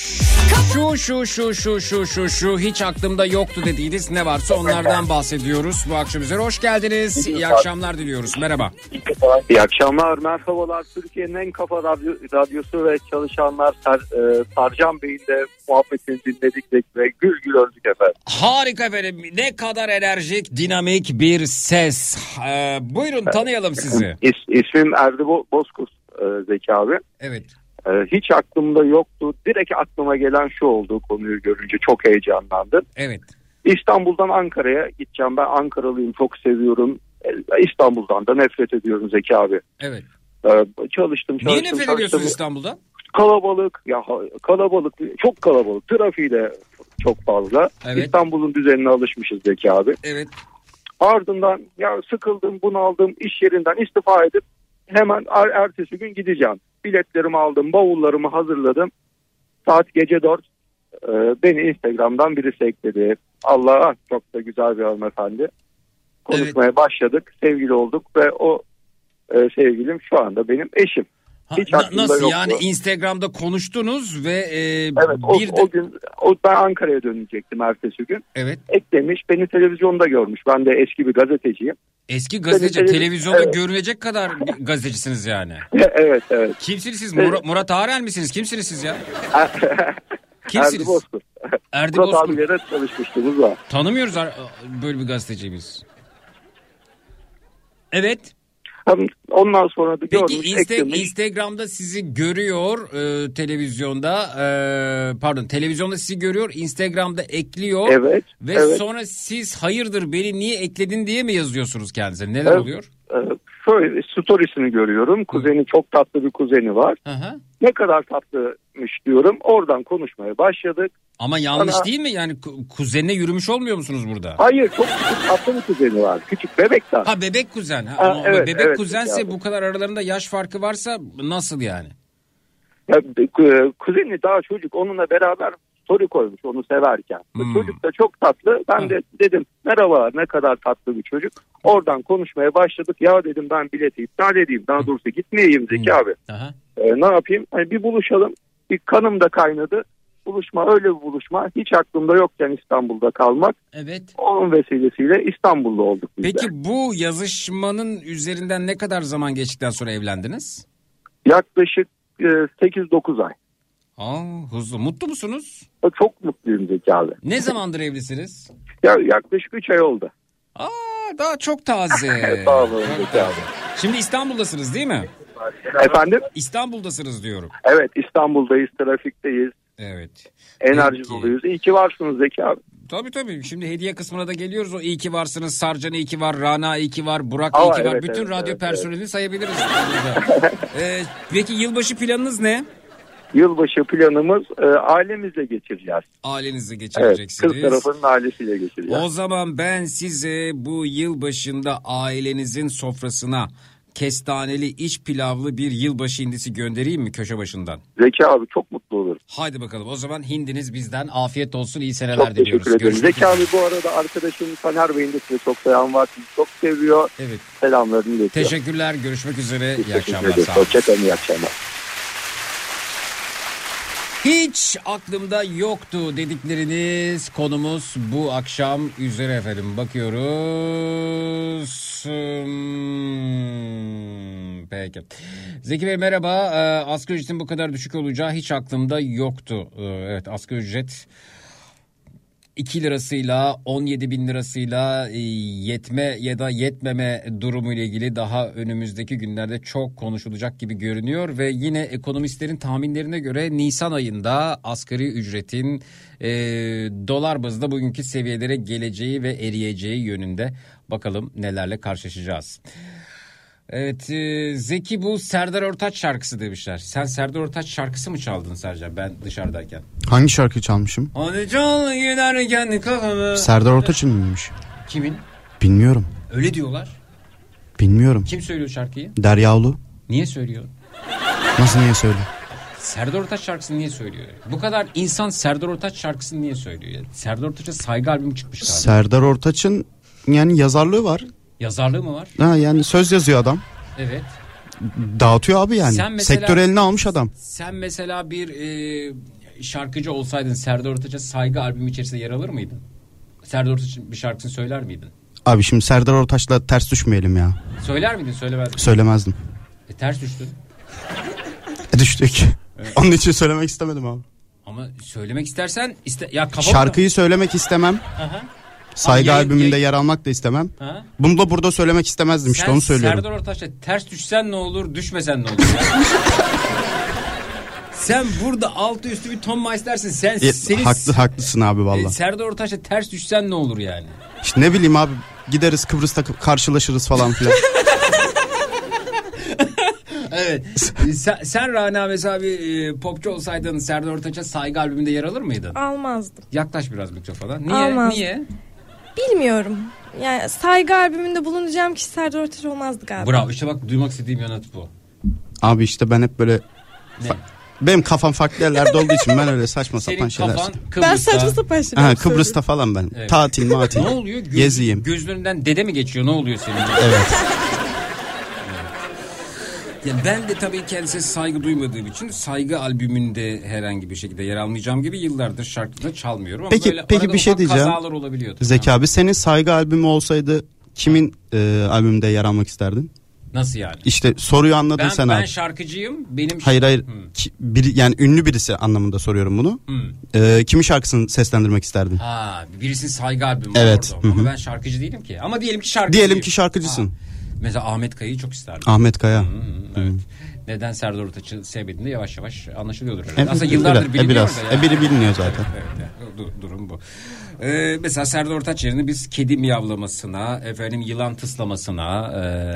Şu hiç aklımda yoktu dediğiniz ne varsa onlardan bahsediyoruz bu akşam üzere. Hoş geldiniz. İyi akşamlar diliyoruz. Merhaba. İyi akşamlar, merhabalar. Türkiye'nin en kafa radyosu ve çalışanlar Sarcan Bey'in de muhabbetini dinledik ve gül gül öldük efendim. Harika efendim. Ne kadar enerjik, dinamik bir ses. Buyurun tanıyalım sizi. İsmim Erdi Bozkurt Zeki abi. Evet. Hiç aklımda yoktu. Direkt aklıma gelen şu oldu, konuyu görünce çok heyecanlandım. Evet. İstanbul'dan Ankara'ya gideceğim. Ben Ankaralıyım, çok seviyorum. İstanbul'dan da nefret ediyorum Zeki abi. Evet. Çalıştım. Niye nefret ediyorsunuz İstanbul'dan? Kalabalık, çok kalabalık. Trafiği de çok fazla. Evet. İstanbul'un düzenine alışmışız Zeki abi. Evet. Ardından ya sıkıldım, bunaldım, iş yerinden istifa edip hemen ertesi gün gideceğim. Biletlerimi aldım, bavullarımı hazırladım. Saat gece 4. Beni Instagram'dan birisi ekledi. Allah, çok da güzel bir hanımefendi. Konuşmaya başladık, sevgili olduk ve o sevgilim şu anda benim eşim. Nasıl yoktu. yani Instagram'da konuştunuz ve evet, o gün ben Ankara'ya dönecektim ertesi gün. Evet. Eklemiş, beni televizyonda görmüş. Ben de eski bir gazeteciyim. Eski gazeteci, televizyonda görünecek kadar bir gazetecisiniz yani. Evet. Kimsiniz siz? Murat Arel misiniz? Kimsiniz siz ya? Kimsiniz? Erdi Bozkurt. Murat abiyle çalışmıştınız var. Tanımıyoruz böyle bir gazeteciyi biz. Evet. Ondan sonra da görmüş. Peki Instagram'da sizi görüyor televizyonda televizyonda sizi görüyor, Instagram'da ekliyor. Evet. Ve sonra siz hayırdır beni niye ekledin diye mi yazıyorsunuz kendisine? Neler oluyor? Şöyle storiesini görüyorum. Kuzeni, çok tatlı bir kuzeni var. Hı. Ne kadar tatlıymış diyorum. Oradan konuşmaya başladık. Ama yanlış değil mi? Yani kuzenine yürümüş olmuyor musunuz burada? Hayır, çok küçük tatlı bir kuzeni var. Küçük bebek tatlı. Ha, bebek kuzen. Evet, bebek kuzense bu kadar aralarında yaş farkı varsa nasıl yani? Ya, kuzeni daha çocuk, onunla beraber story koymuş onu severken. Çocuk da çok tatlı. Ben de dedim merhaba, ne kadar tatlı bir çocuk. Oradan konuşmaya başladık. Ya dedim ben bileti iptal edeyim. Daha doğrusu gitmeyeyim Zeki abi. Ne yapayım? Hani bir buluşalım. Bir kanım da kaynadı. Buluşma öyle bir buluşma. Hiç aklımda yokken İstanbul'da kalmak. Evet. Onun vesilesiyle İstanbul'da olduk biz de. Peki bu yazışmanın üzerinden ne kadar zaman geçtikten sonra evlendiniz? Yaklaşık 8-9 ay. Hızlı. Mutlu musunuz? Çok mutluyum Zeki abi. Ne zamandır evlisiniz? Yaklaşık 3 ay oldu. Daha çok taze. Sağ olun Zeki abi. Şimdi İstanbul'dasınız değil mi? Efendim? İstanbul'dasınız diyorum. Evet, İstanbul'dayız, trafikteyiz. Evet. Enerji doluyuz. İyi ki varsınız Zeki abi. Tabii. Şimdi hediye kısmına da geliyoruz. O iyi ki varsınız. Sarcan iyi ki var. Rana iyi ki var. Burak iyi ki var. Evet, bütün radyo personelini sayabiliriz. Peki yılbaşı planınız ne? Yılbaşı planımız ailemizle geçireceğiz. Ailenizle geçireceksiniz. Evet, kız tarafının ailesiyle geçireceğiz. O zaman ben size bu yılbaşında ailenizin sofrasına kestaneli iç pilavlı bir yılbaşı hindisi göndereyim mi köşe başından? Zeki abi çok mutlu olurum. Haydi bakalım, o zaman hindiniz bizden, afiyet olsun, iyi seneler çok diliyoruz. Çok teşekkür ederim. Zeki abi bu arada arkadaşım Taner Bey'in de size çok selam var. Sizi çok seviyor. Evet. Selamlarını iletiyor. Teşekkürler, görüşmek üzere. İyi akşamlar. Hoşçakalın, iyi akşamlar. Hiç aklımda yoktu dedikleriniz konumuz bu akşam üzere efendim. Bakıyoruz. Peki. Zeki Bey merhaba. Asgari ücretin bu kadar düşük olacağı hiç aklımda yoktu. Evet, asgari ücret 2 lirasıyla 17 bin lirasıyla yetme ya da yetmeme durumu ile ilgili daha önümüzdeki günlerde çok konuşulacak gibi görünüyor ve yine ekonomistlerin tahminlerine göre Nisan ayında asgari ücretin dolar bazında bugünkü seviyelere geleceği ve eriyeceği yönünde. Bakalım nelerle karşılaşacağız. Evet, Zeki bu Serdar Ortaç şarkısı demişler. Sen Serdar Ortaç şarkısı mı çaldın Sercan ben dışarıdayken? Hangi şarkıyı çalmışım? Hadi çal giderken kafamı. Serdar Ortaç'ın mıymış? Kimin? Bilmiyorum. Öyle diyorlar. Bilmiyorum. Kim söylüyor şarkıyı? Deryavlu. Niye söylüyor? Nasıl niye söylüyor? Serdar Ortaç şarkısını niye söylüyor? Bu kadar insan Serdar Ortaç şarkısını niye söylüyor? Serdar Ortaç'a saygı albümü çıkmış galiba. Serdar Ortaç'ın yani yazarlığı var. Yazarlığı mı var? Ha, yani söz yazıyor adam. Evet. Dağıtıyor abi yani. Sen mesela, sektör eline almış adam. Sen mesela bir şarkıcı olsaydın Serdar Ortaç'a saygı albümü içerisinde yer alır mıydın? Serdar Ortaç'ın bir şarkısını söyler miydin? Abi şimdi Serdar Ortaç'la ters düşmeyelim ya. Söyler miydin söylemezdin? Söylemezdim. Ters düştün. Düştük. Evet. Onun için söylemek istemedim abi. Ama söylemek istersen ya şarkıyı söylemek istemem. Aha. Saygı albümünde yer almak da istemem. Ha? Bunu da burada söylemek istemezdim işte onu söylüyorum. Serdar Ortaç'la ters düşsen ne olur, düşmesen ne olur? Sen burada altı üstü bir Tom Meister'sin. Haklısın abi valla. Serdar Ortaç'la ters düşsen ne olur yani? İşte ne bileyim abi gideriz Kıbrıs'ta karşılaşırız falan filan. Evet. Sen Rana mesela bir popçu olsaydın Serdar Ortaç'a saygı albümünde yer alır mıydın? Almazdım. Yaklaş biraz mikrofona. Niye? Almazdım. Niye? Bilmiyorum. Yani saygı albümünde bulunacağım kişi Serdar Ortaç olmazdı galiba. Bravo işte bak duymak istediğim yanıt bu. Abi işte ben hep böyle... Benim kafam farklı yerlerde olduğu için ben öyle saçma sapan şeyler. Ben saçma sapan şeyler. Kıbrıs'ta falan ben. Evet. Tatil. Ne oluyor? Geziyim. Gözlerinden dede mi geçiyor? Ne oluyor senin? Evet. Ya ben de tabii kendisine saygı duymadığım için saygı albümünde herhangi bir şekilde yer almayacağım gibi yıllardır şarkıda çalmıyorum. Ama peki bir şey diyeceğim. Kazalar olabiliyor. Zeki abi senin saygı albümü olsaydı kimin albümünde yer almak isterdin? Nasıl yani? İşte soruyu anladın sen abi. Ben şarkıcıyım. Benim Hayır. Yani ünlü birisi anlamında soruyorum bunu. Kimin şarkısını seslendirmek isterdin? Birisi saygı albümü evet. Orada. Ama ben şarkıcı değilim ki. Ama diyelim ki şarkıcıyım. Diyelim ki şarkıcısın. Mesela Ahmet Kaya'yı çok isterdim. Ahmet Kaya. Evet. Neden Serdar Ortaç'ı sevmediğinde yavaş yavaş anlaşılıyordur herhalde. Aslında yıllardır biliniyor biraz, da ya. Biri biliniyor zaten. Evet. Durum bu. Mesela Serdar Ortaç yerine biz kedi miyavlamasına, yılan tıslamasına,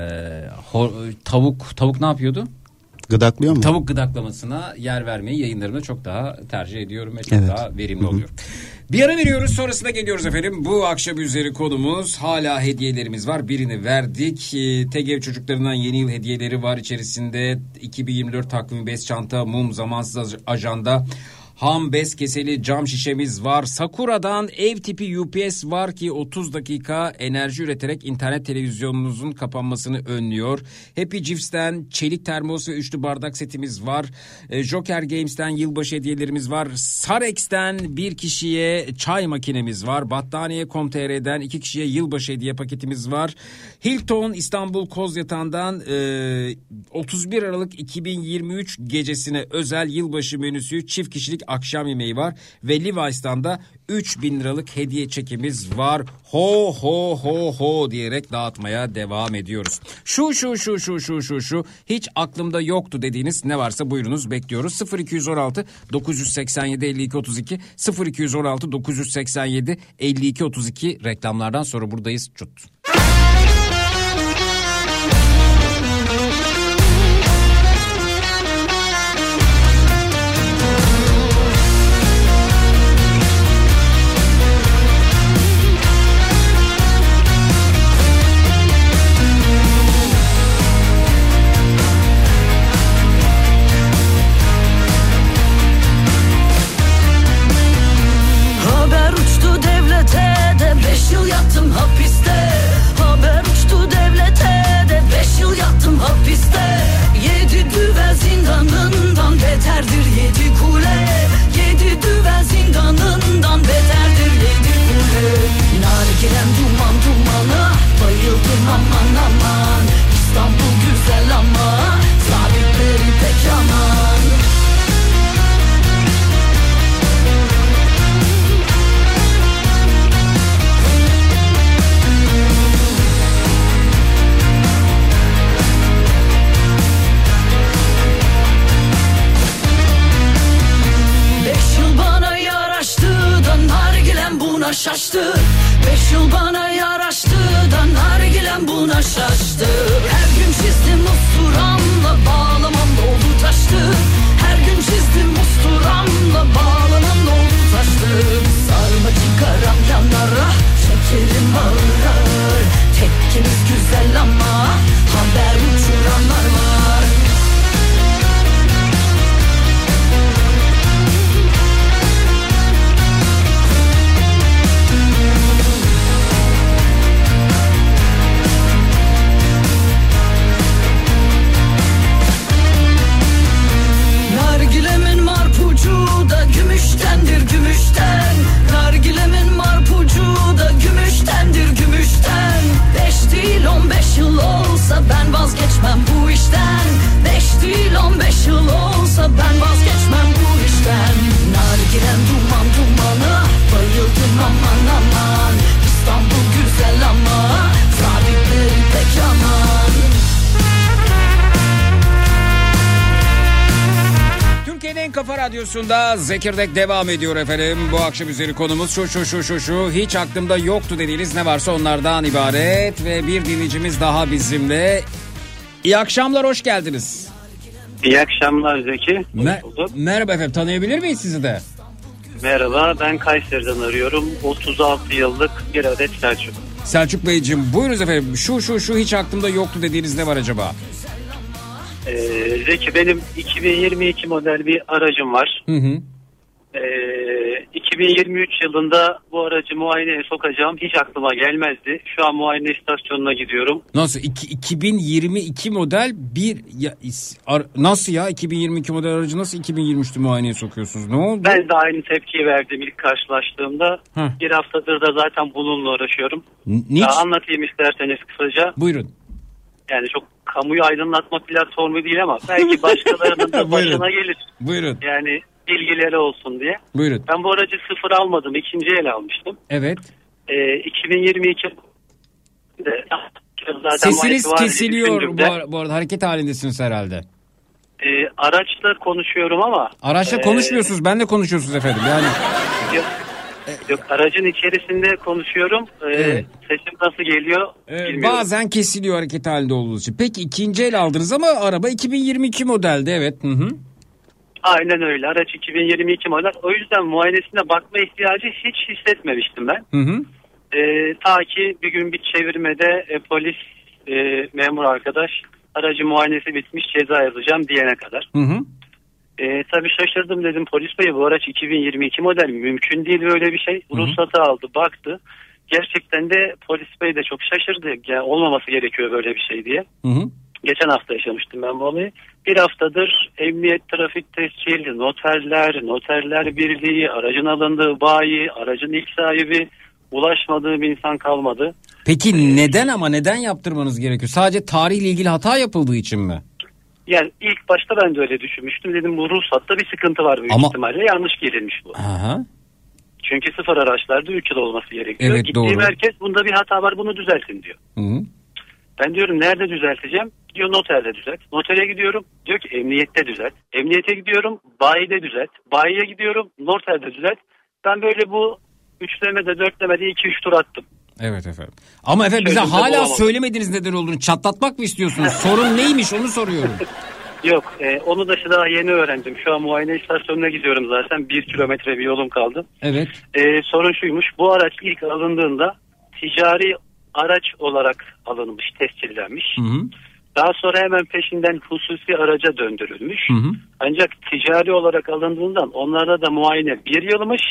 tavuk ne yapıyordu? Gıdaklıyor mu? Tavuk gıdaklamasına yer vermeyi yayınlarımda çok daha tercih ediyorum ve çok daha verimli oluyor. Bir ara veriyoruz, sonrasında geliyoruz efendim. Bu akşam üzeri konumuz hala hediyelerimiz var. Birini verdik. TGV çocuklarından yeni yıl hediyeleri var içerisinde. 2024 takvimi bez çanta, mum, zamansız ajanda, ham bez keseli cam şişemiz var. Sakura'dan ev tipi UPS var ki 30 dakika enerji üreterek internet televizyonunuzun kapanmasını önlüyor. Happy Gifts'ten çelik termos ve üçlü bardak setimiz var. Joker Games'ten yılbaşı hediyelerimiz var. Sarex'ten bir kişiye çay makinemiz var. Battaniye.com.tr'den 2 kişiye yılbaşı hediye paketimiz var. Hilton İstanbul Kozyatağı'ndan 31 Aralık 2023 gecesine özel yılbaşı menüsü çift kişilik akşam yemeği var ve Levi's'tan da 3.000 liralık hediye çekimiz var. Ho ho ho ho diyerek dağıtmaya devam ediyoruz. Şu hiç aklımda yoktu dediğiniz ne varsa buyurunuz, bekliyoruz. 0216 987 52 32 0216 987 52 32 reklamlardan sonra buradayız. Çut. Haber uçtu devlete de 5 yıl yattım hapiste. Radyosu'nda Zekirdek devam ediyor efendim. Bu akşam üzeri konumuz şu. Hiç aklımda yoktu dediğiniz ne varsa onlardan ibaret. Ve bir dinleyicimiz daha bizimle. İyi akşamlar, hoş geldiniz. İyi akşamlar Zeki. Merhaba efendim, tanıyabilir miyiz sizi de? Merhaba, ben Kayseri'den arıyorum. 36 yıllık bir adet Selçuk. Selçuk Beyciğim, buyurunuz efendim. Şu hiç aklımda yoktu dediğiniz ne var acaba? Zeki, benim 2022 model bir aracım var. 2023 yılında bu aracı muayeneye sokacağım. Hiç aklıma gelmezdi. Şu an muayene istasyonuna gidiyorum. Nasıl? 2022 model nasıl ya? 2022 model aracı nasıl 2023'te muayeneye sokuyorsunuz? Ne oldu? Ben de aynı tepkiyi verdim ilk karşılaştığımda. Bir haftadır da zaten bununla uğraşıyorum. Anlatayım isterseniz kısaca. Buyurun. Yani çok kamuyu aydınlatma platformu değil ama belki başkalarının da başına gelir. Buyurun. Yani bilgileri olsun diye. Buyurun. Ben bu aracı sıfır almadım. İkinci el almıştım. Evet. 2022 sesiniz kesiliyor bu arada, hareket halindesiniz herhalde. Araçla konuşuyorum ama. Araçla konuşmuyorsunuz, benle konuşuyorsunuz efendim yani. Yok, aracın içerisinde konuşuyorum. Evet. Sesim nasıl geliyor bilmiyorum. Bazen kesiliyor hareket halinde olduğunuz için. Peki ikinci el aldınız ama araba 2022 modelde, evet. Hı. Aynen öyle, araç 2022 model. O yüzden muayenesine bakma ihtiyacı hiç hissetmemiştim ben. Ta ki bir gün bir çevirmede polis memur arkadaş aracı muayenesi bitmiş, ceza yazacağım diyene kadar. Tabii şaşırdım, dedim polis bey bu araç 2022 model, mümkün değil böyle bir şey. Ruhsatı aldı, baktı. Gerçekten de polis bey de çok şaşırdı. Yani olmaması gerekiyor böyle bir şey diye. Geçen hafta yaşamıştım ben bu olayı. Bir haftadır emniyet, trafik tescili, noterler birliği, aracın alındığı bayi, aracın ilk sahibi, ulaşmadığım insan kalmadı. Peki neden yaptırmanız gerekiyor? Sadece tarihle ilgili hata yapıldığı için mi? Yani ilk başta ben de öyle düşünmüştüm. Dedim bu ruhsatta bir sıkıntı var büyük ihtimalle. Yanlış gelinmiş bu. Aha. Çünkü sıfır araçlarda 3 yıl olması gerekiyor. Evet, gittiğim doğru. herkes bunda bir hata var, bunu düzeltin diyor. Ben diyorum nerede düzelteceğim? Diyor noterde düzelt. Notere gidiyorum. Diyor ki emniyette düzelt. Emniyete gidiyorum. Bayide düzelt. Bayiye gidiyorum. Noterde düzelt. Ben böyle bu üçlemede, dörtlemede 2-3 tur attım. Evet efendim. Ama efendim bize hala söylemediniz neden olduğunu. Çatlatmak mı istiyorsunuz? Sorun neymiş onu soruyorum. Yok, onu da daha yeni öğrendim. Şu an muayene istasyonuna gidiyorum zaten. 1 kilometre bir yolum kaldı. Evet. Sorun şuymuş. Bu araç ilk alındığında ticari araç olarak alınmış, tescillenmiş. Daha sonra hemen peşinden hususi araca döndürülmüş. Ancak ticari olarak alındığından onlarda da muayene 1 yılmış.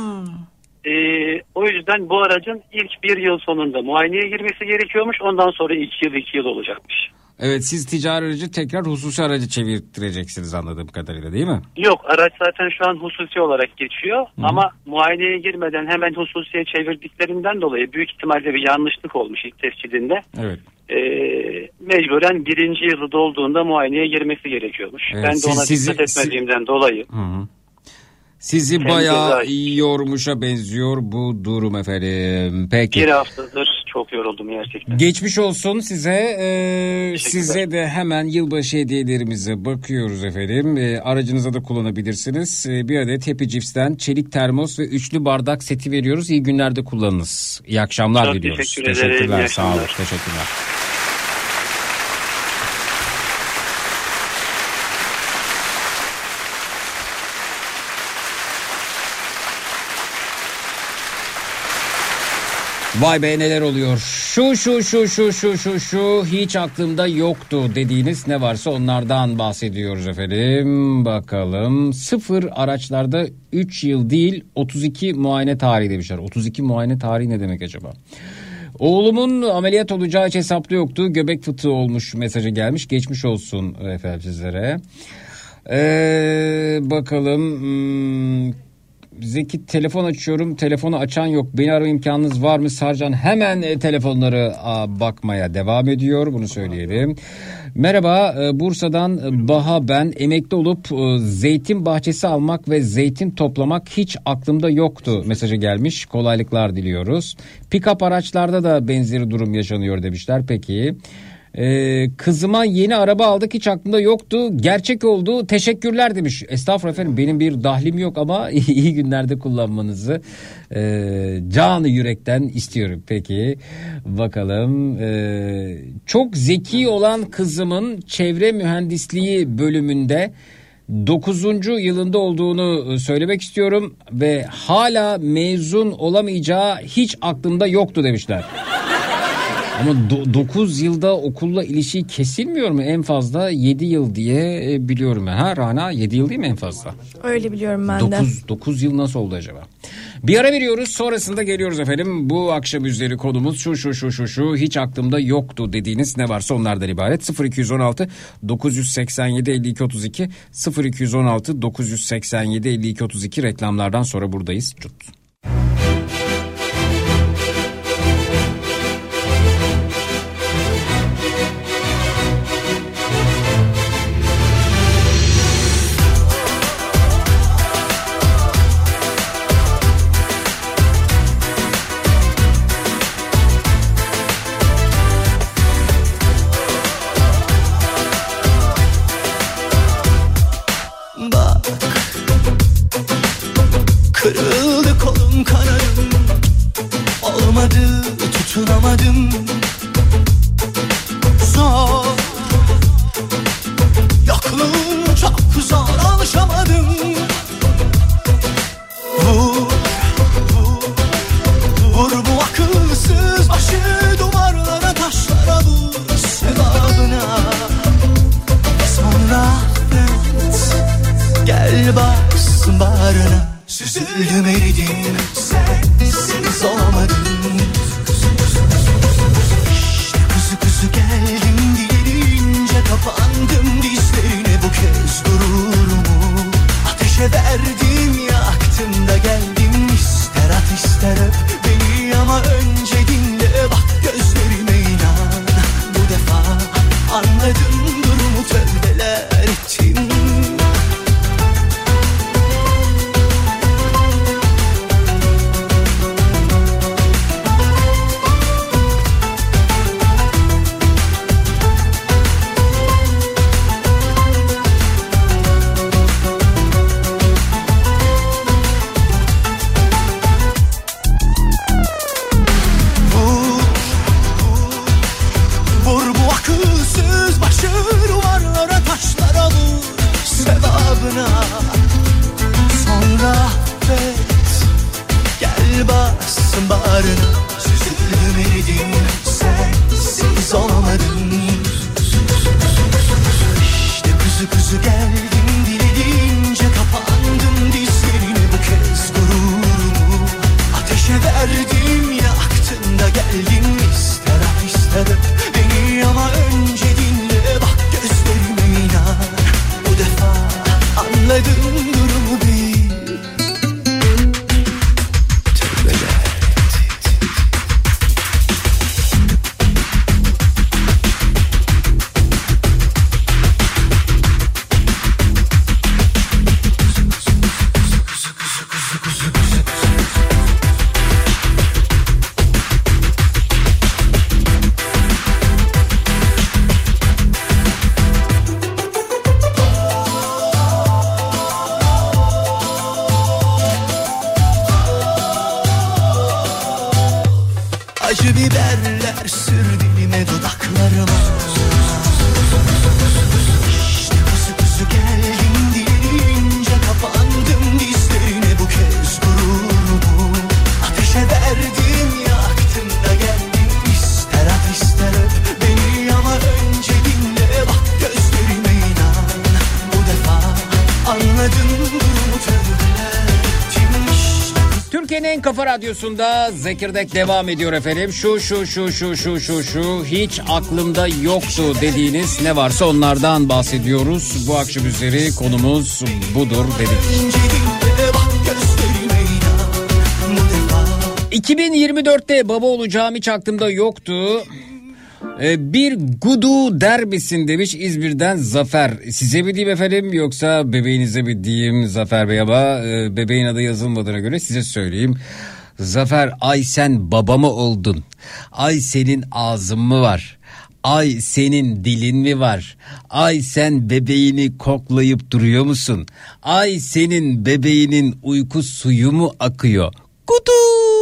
O yüzden bu aracın ilk 1 yıl sonunda muayeneye girmesi gerekiyormuş. Ondan sonra 2 yıl olacakmış. Evet, siz ticari aracı tekrar hususi aracı çevirtireceksiniz anladığım kadarıyla, değil mi? Yok, araç zaten şu an hususi olarak geçiyor. Ama muayeneye girmeden hemen hususiye çevirdiklerinden dolayı büyük ihtimalle bir yanlışlık olmuş ilk tescilinde. Evet. Mecburen 1. yılı dolduğunda muayeneye girmesi gerekiyormuş. Evet, ben de ona dikkat etmediğimden dolayı. Sizi bayağı yormuşa benziyor bu durum efendim. Peki. 1 haftadır çok yoruldum gerçekten. Geçmiş olsun size. Size de hemen yılbaşı hediyelerimize bakıyoruz efendim. Aracınıza da kullanabilirsiniz. Bir adet Happy Cips'ten çelik termos ve 3'lü bardak seti veriyoruz. İyi günlerde kullanınız. İyi akşamlar çok diliyoruz. Teşekkürler. Sağ olun. Teşekkürler. Vay be, neler oluyor. Şu hiç aklımda yoktu dediğiniz ne varsa onlardan bahsediyoruz efendim. Bakalım, sıfır araçlarda 3 yıl değil 32 muayene tarihi demişler. 32 muayene tarihi ne demek acaba? Oğlumun ameliyat olacağı hiç hesaplı yoktu. Göbek fıtığı olmuş mesajı gelmiş. Geçmiş olsun efendim sizlere. Bakalım... Zeki, telefon açıyorum. Telefonu açan yok. Beni arama imkanınız var mı? Sarcan hemen telefonları bakmaya devam ediyor. Bunu söyleyelim. Merhaba, Bursa'dan Baha ben. Emekli olup zeytin bahçesi almak ve zeytin toplamak hiç aklımda yoktu mesajı gelmiş. Kolaylıklar diliyoruz. Pick-up araçlarda da benzeri durum yaşanıyor demişler. Peki. Kızıma yeni araba aldık, hiç aklımda yoktu. Gerçek oldu. Teşekkürler demiş. Estağfurullah efendim, benim bir dahlim yok ama iyi günlerde kullanmanızı canı yürekten istiyorum. Peki bakalım. Çok zeki olan kızımın çevre mühendisliği bölümünde 9. yılında olduğunu söylemek istiyorum ve hala mezun olamayacağı hiç aklımda yoktu demişler. Ama 9 yılda okulla ilişki kesilmiyor mu? En fazla 7 yıl diye biliyorum ben. Ha Rana, 7 yıl değil mi en fazla? Öyle biliyorum ben de. 9 yıl nasıl oldu acaba? Bir ara veriyoruz, sonrasında geliyoruz efendim. Bu akşam üzeri konumuz şu hiç aklımda yoktu dediğiniz ne varsa onlardan ibaret. 0216 987 52 32 0216 987 52 32 reklamlardan sonra buradayız. Tut. Kırıldı kolum kanadım, olmadı tutunamadım, zor, yokluğun çok zor, alışamadım. Vur bu akılsız başı duvarlara, taşlara, vur sevabına. Sonra affet, gel baksın bağrına. Süzüldüm eridim, sensiz olamadım. İşte kuzu geldim diyelince kapandım dizlerine, bu kez gururumu ateşe verdim, yaktım da geldim. İster at ister öp beni ama önce dinle, bak gözlerime inan. Bu defa anladım durumu, tövbeler ettim. Sonra affet, gel bassın bağrına. Süzüldüm eridim, sensiz olamadım. İşte kuzu geldim dilediğince, kapandım dizlerine, bu kez gururumu ateşe verdim, yaktım da geldim. İster at ister öp beni ama önce dinle, bak gözlerime inan. Bu defa anladım durumu bir. Tövbeler. Acı biberler sür dilime, dudaklarıma. İşte kuzu geldim diyelince, kapandım dizlerine, bu kez gururumu ateşe verdim, yaktım da geldim. İster at ister öp beni ama önce dinle, bak gözlerime inan. Bu defa anladım durumu, tövbeler ettim. Türkiye'nin en kafa radyosunda Zekirdek devam ediyor efendim. Şu hiç aklımda yoktu dediğiniz ne varsa onlardan bahsediyoruz. Bu akşam üzeri konumuz budur dedik. 2024'te baba olacağım hiç aklımda yoktu. Bir gudu der misin demiş İzmir'den Zafer. Size mi diyeyim efendim yoksa bebeğinize mi diyeyim Zafer Bey, ama bebeğin adı yazılmadığına göre size söyleyeyim. Zafer, ay sen baba mı oldun? Ay senin ağzın mı var? Ay senin dilin mi var? Ay sen bebeğini koklayıp duruyor musun? Ay senin bebeğinin uyku suyu mu akıyor? Kutu!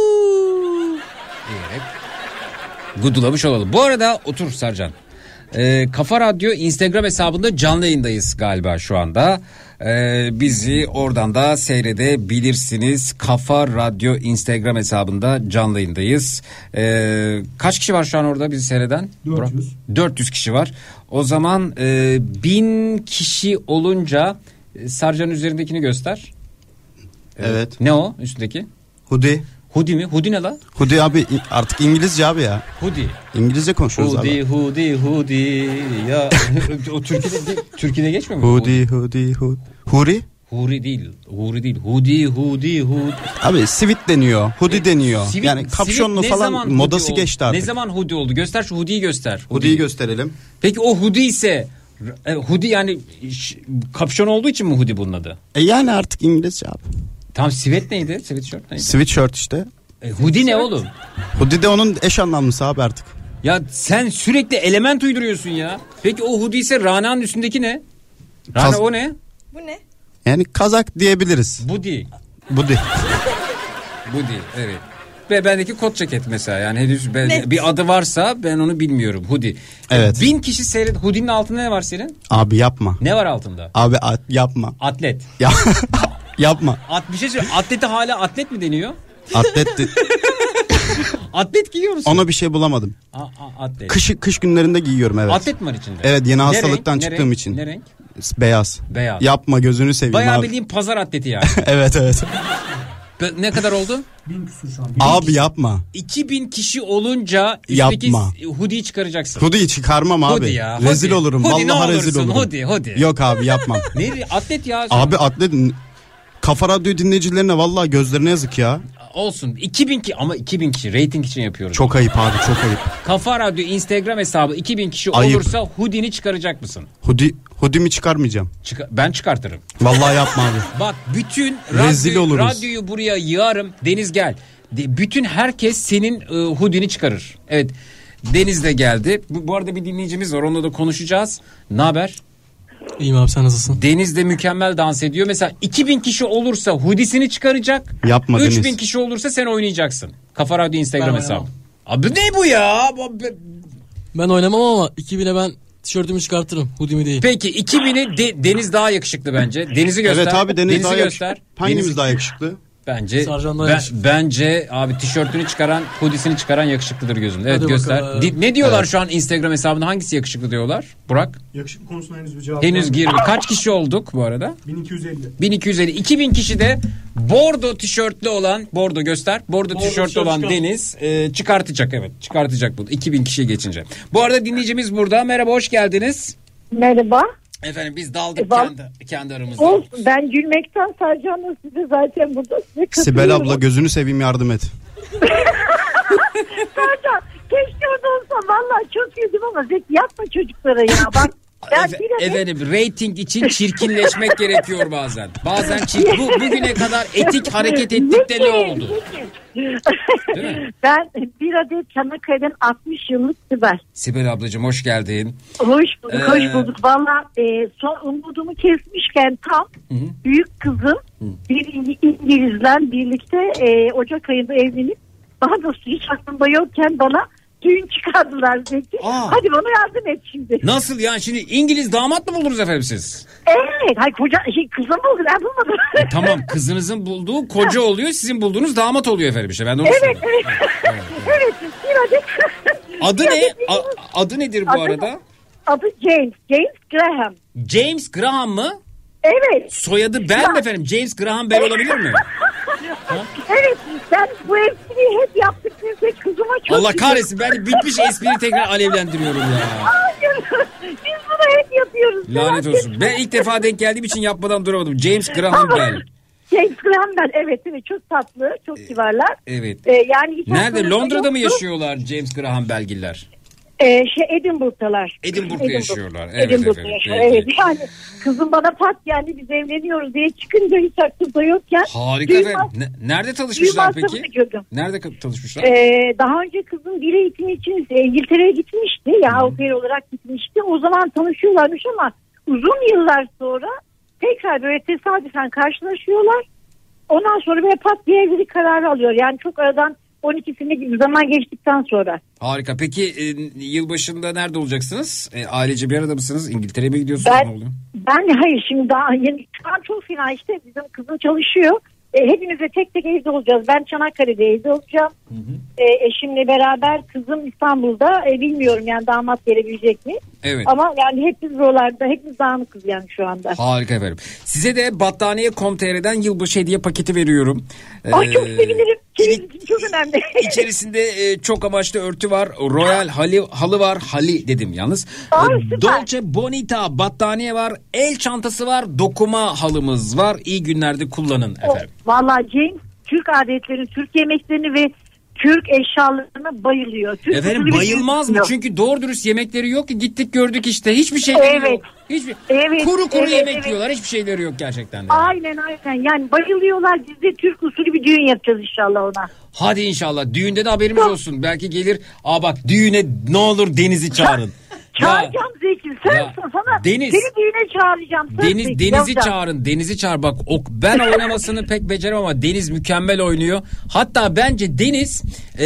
Diyerek gudulamış olalım. Bu arada otur Sercan. Kafa Radyo Instagram hesabında canlı yayındayız galiba şu anda. Bizi oradan da seyredebilirsiniz. Kafa Radyo Instagram hesabında canlı yayındayız. Kaç kişi var şu an orada bizi seyreden? 400. 400 kişi var. O zaman 1000 kişi olunca Sercan'ın üzerindekini göster. Evet. Ne o üstündeki? Hoodie. Hoodie mi? Hoodie ne la? Hoodie abi artık İngilizce abi ya. Hoodie. İngilizce konuşuyoruz abi. Hoodie ya. O Türkiye'de geçmiyor mu? Hoodie. Huri? Huri değil. Hoodie. Abi sivit deniyor. Hoodie deniyor. Sivit, yani kapşonlu falan modası geçti artık. Ne zaman hoodie oldu? Göster şu hoodie'yi göster. Hoodie'yi gösterelim. Peki o hoodie ise hoodie yani kapşon olduğu için mi hoodie bunun adı? Yani artık İngilizce abi. Tamam sweat neydi? Sweatshirt neydi? Sweatshirt işte. Hoodie ne oğlum? Hoodie de onun eş anlamlısı abi artık. Ya sen sürekli element uyduruyorsun ya. Peki o hoodie ise Rana'nın üstündeki ne? Rana o ne? Bu ne? Yani kazak diyebiliriz. Budi. Budi, evet. Ve bendeki kot ceket mesela yani henüz bir adı varsa ben onu bilmiyorum. Hoodie. Evet. 1000 kişi seyret. Hoodie'nin altında ne var senin? Abi yapma. Ne var altında? Abi yapma. Atlet. Ya yapma. Bir şey söyleyeyim. Atlete hala atlet mi deniyor? Atlet. Atlet giyiyor musun? Ona bir şey bulamadım. Atlet. Kış günlerinde giyiyorum evet. Atlet mi var içinde? Evet yeni Ne hastalıktan renk? çıktığım için. Ne renk? Beyaz. Yapma gözünü seveyim Bayağı abi. bildiğin pazar atleti yani. Evet. Ne kadar oldu? 1000 küsur şu an. Abi yapma. 2000 kişi olunca üstteki Yapma. hoodie'yi çıkaracaksın. Hoodie'yi çıkarmam abi. Hoodie ya. Rezil olurum. Hoodie Vallahi ne rezil olursun? olurum. Hoodie. Yok abi yapmam. Ne atlet ya? Abi atlet. Kafa Radyo dinleyicilerine vallahi gözlerine yazık ya. Olsun. 2000 kişi ama 2000 kişi rating için yapıyoruz. Çok ayıp abi çok ayıp. Kafa Radyo Instagram hesabı 2000 kişi Ayıp. olursa hoodie'ni çıkaracak mısın? Hoodie'mi çıkarmayacağım. Ben çıkartırım. Vallahi yapma abi. Bak bütün Rezil oluruz. radyoyu buraya yığarım. Deniz gel. Bütün herkes senin hoodie'ni çıkarır. Evet. Deniz de geldi. Bu arada bir dinleyicimiz var. Onunla da konuşacağız. Ne haber? İyiyim abi sen nasılsın? Deniz de mükemmel dans ediyor. Mesela 2000 kişi olursa hoodiesini çıkaracak. Yapma 3000 Deniz. kişi olursa sen oynayacaksın. Kafa Radyo Instagram Ben hesabı. oynamam. Abi ne bu ya? Ben oynamam ama 2000'e ben tişörtümü çıkartırım. Hoodie'mi değil. Peki 2000'i Deniz daha yakışıklı bence. Deniz'i göster. Evet abi Deniz daha göster. yakışıklı. Hangimiz daha yakışıklı? Bence Sarcan daha yakışıklı. bence abi tişörtünü çıkaran, hoodiesini çıkaran yakışıklıdır gözümde. Evet Hadi göster. bakalım. Ne diyorlar Evet. şu an Instagram hesabında hangisi yakışıklı diyorlar? Burak? Yakışıklı konusuna henüz bir cevap Henüz vermedim. girdi. Kaç kişi olduk bu arada? 1250. 1250. 2000 kişi de bordo tişörtlü olan, bordo göster. Bordo tişörtlü tişört olan çıkar. Deniz çıkartacak evet. Çıkartacak bunu 2000 kişiye geçince. Bu arada dinleyicimiz burada. Merhaba hoş geldiniz. Merhaba. Efendim biz daldık kendi aramızda. Ben gülmekten Sercan'la size zaten burada size Sibel katılıyorum. abla gözünü seveyim yardım et. Sercan keşke orada olsa vallahi çok güldüm ama Zeki yapma çocuklara ya bak. Efendim rating için çirkinleşmek gerekiyor bazen. Bazen bugüne kadar etik hareket ettik de ne oldu? Değil mi? Ben bir adet Çanakkale'den 60 yıllık Sibel. Sibel ablacığım hoş geldin. Hoş bulduk. Valla son umudumu kesmişken tam büyük kızım bir İngilizler birlikte Ocak ayında evlenip daha doğrusu hiç aklımda yokken bana düğün çıkardılar Zeki. Hadi bana yardım et şimdi. Nasıl yani şimdi İngiliz damat mı buldunuz efendim siz? Evet. Hayır kızım buldu ben bulmadım. Tamam kızınızın bulduğu koca oluyor sizin bulduğunuz damat oluyor efendim işte ben de onu söylüyorum. Evet. Bir adet. Adı ne? Adı nedir bu arada? Adı James Graham. James Graham mı? Evet. Soyadı Bell mi efendim? James Graham Bell olabilir mi? Evet. Ben bu espriyi hep yaptık size kızıma çok Allah kahretsin ben bitmiş espriyi tekrar alevlendiriyorum ya. Hayır. Biz bunu hep yapıyoruz. Lanet olsun. Ben ilk defa denk geldiğim için yapmadan duramadım. James Graham Bell. James Graham Bell evet çok tatlı çok kibarlar. Evet. Yani nerede Londra'da mı yaşıyorlar James Graham Bell'giller? Edinburgh'talar. Edinburgh'da yaşıyorlar. Evet, Edinburgh'da yaşıyorlar. Evet. Yani kızım bana pat geldi, biz evleniyoruz diye çıkınca hiç aklımda yokken. Harika efendim. Nerede tanışmışlar peki? Nerede tanışmışlar? Daha önce kızım dil eğitimi için İngiltere'ye gitmişti. Ya au pair olarak gitmişti. O zaman tanışıyorlarmış ama uzun yıllar sonra tekrar böyle tesadüfen karşılaşıyorlar. Ondan sonra böyle pat diye evlilik kararı alıyor. Yani çok aradan 12 sene gibi zaman geçtikten sonra. Harika. Peki yılbaşında nerede olacaksınız? Ailece bir arada mısınız? İngiltere'ye mi gidiyorsunuz? Ne oluyor? Ben hayır, şimdi daha yeni, şu an çok fena işte, bizim kızım çalışıyor. Hepimiz de tek tek evde olacağız. Ben Çanakkale'de evde olacağım. Eşimle beraber, kızım İstanbul'da. Bilmiyorum yani damat gelebilecek mi? Evet. Ama yani hepimiz buralarda, hepimiz dağınıkız yani şu anda. Harika efendim. Size de battaniye.com.tr'den yılbaşı hediye paketi veriyorum. Ay çok sevinirim. Çok önemli. İçerisinde çok amaçlı örtü var. Royal halı var. Halı dedim yalnız. Dolce Bonita battaniye var. El çantası var. Dokuma halımız var. İyi günlerde kullanın efendim. Vallahi James Türk adetlerini, Türk yemeklerini ve Türk eşyalarına bayılıyor. Türk efendim bayılmaz mı? Çünkü doğru dürüst yemekleri yok ki, gittik gördük işte. Hiçbir şey yok. Kuru yemek yiyorlar. Hiçbir şeyleri yok gerçekten de. Aynen. Yani bayılıyorlar. Biz de Türk usulü bir düğün yapacağız inşallah ona. Hadi inşallah. Düğünde de haberimiz olsun. Belki gelir. Bak düğüne ne olur Deniz'i çağırın. Çağıracağım Zeki. Sana Deniz, seni düğüne çağıracağım. Deniz'i çağırın. Deniz'i çağır. Bak ben oynamasını pek beceremem ama Deniz mükemmel oynuyor. Hatta bence Deniz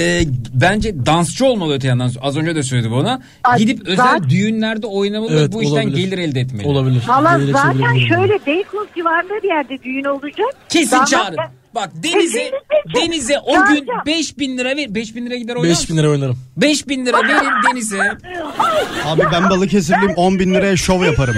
bence dansçı olmalı öte yandan. Az önce de söyledim ona. Gidip özel düğünlerde oynamalı ve bu işten gelir elde etmeli. Olabilir. Valla zaten şöyle Beykoz civarında bir yerde düğün olacak. Kesin çağırın. Bak Deniz'e o gün 5.000 lira ver. 5.000 lira gider oynar mısın? 5.000 lira oynarım. 5.000 lira verin Deniz'e. Abi ben Balıkesirliyim, 10.000 liraya şov yaparım.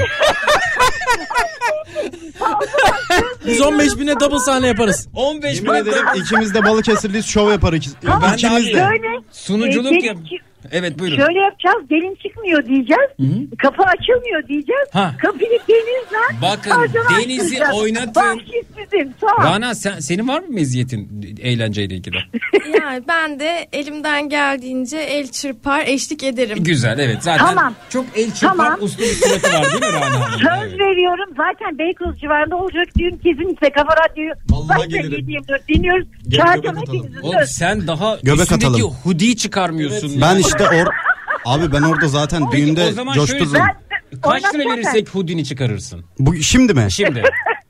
Biz 15.000'e double sahne yaparız. 15.000'e de ikimiz de Balıkesirliyiz, şov yaparız. Ben İkimiz de. Sunuculuk yap. Evet buyurun. Şöyle yapacağız, gelin çıkmıyor diyeceğiz. Hı-hı. Kapı açılmıyor diyeceğiz. Kapıyı Deniz'den. Bakın Deniz'i oynatın. Bahşişsizim. Rana senin var mı meziyetin eğlenceyle ilgili? Yani ben de elimden geldiğince el çırpar, eşlik ederim. Güzel, evet. Zaten çok el çırpar uslu bir suratı var değil mi Rana Hanım? Söz veriyorum. Zaten Beykoz civarında olacak düğün, kesinlikle Kafa Radyo'yu vallahi gelirim. Dinliyoruz. Çağıracağım hepinizi. Oğlum sen daha üstündeki hoodie'yi çıkarmıyorsun. Evet. Ben işte abi ben orada zaten düğünde coştururum. Kaç lira verirsek hoodie'ni çıkarırsın? Şimdi mi? Şimdi.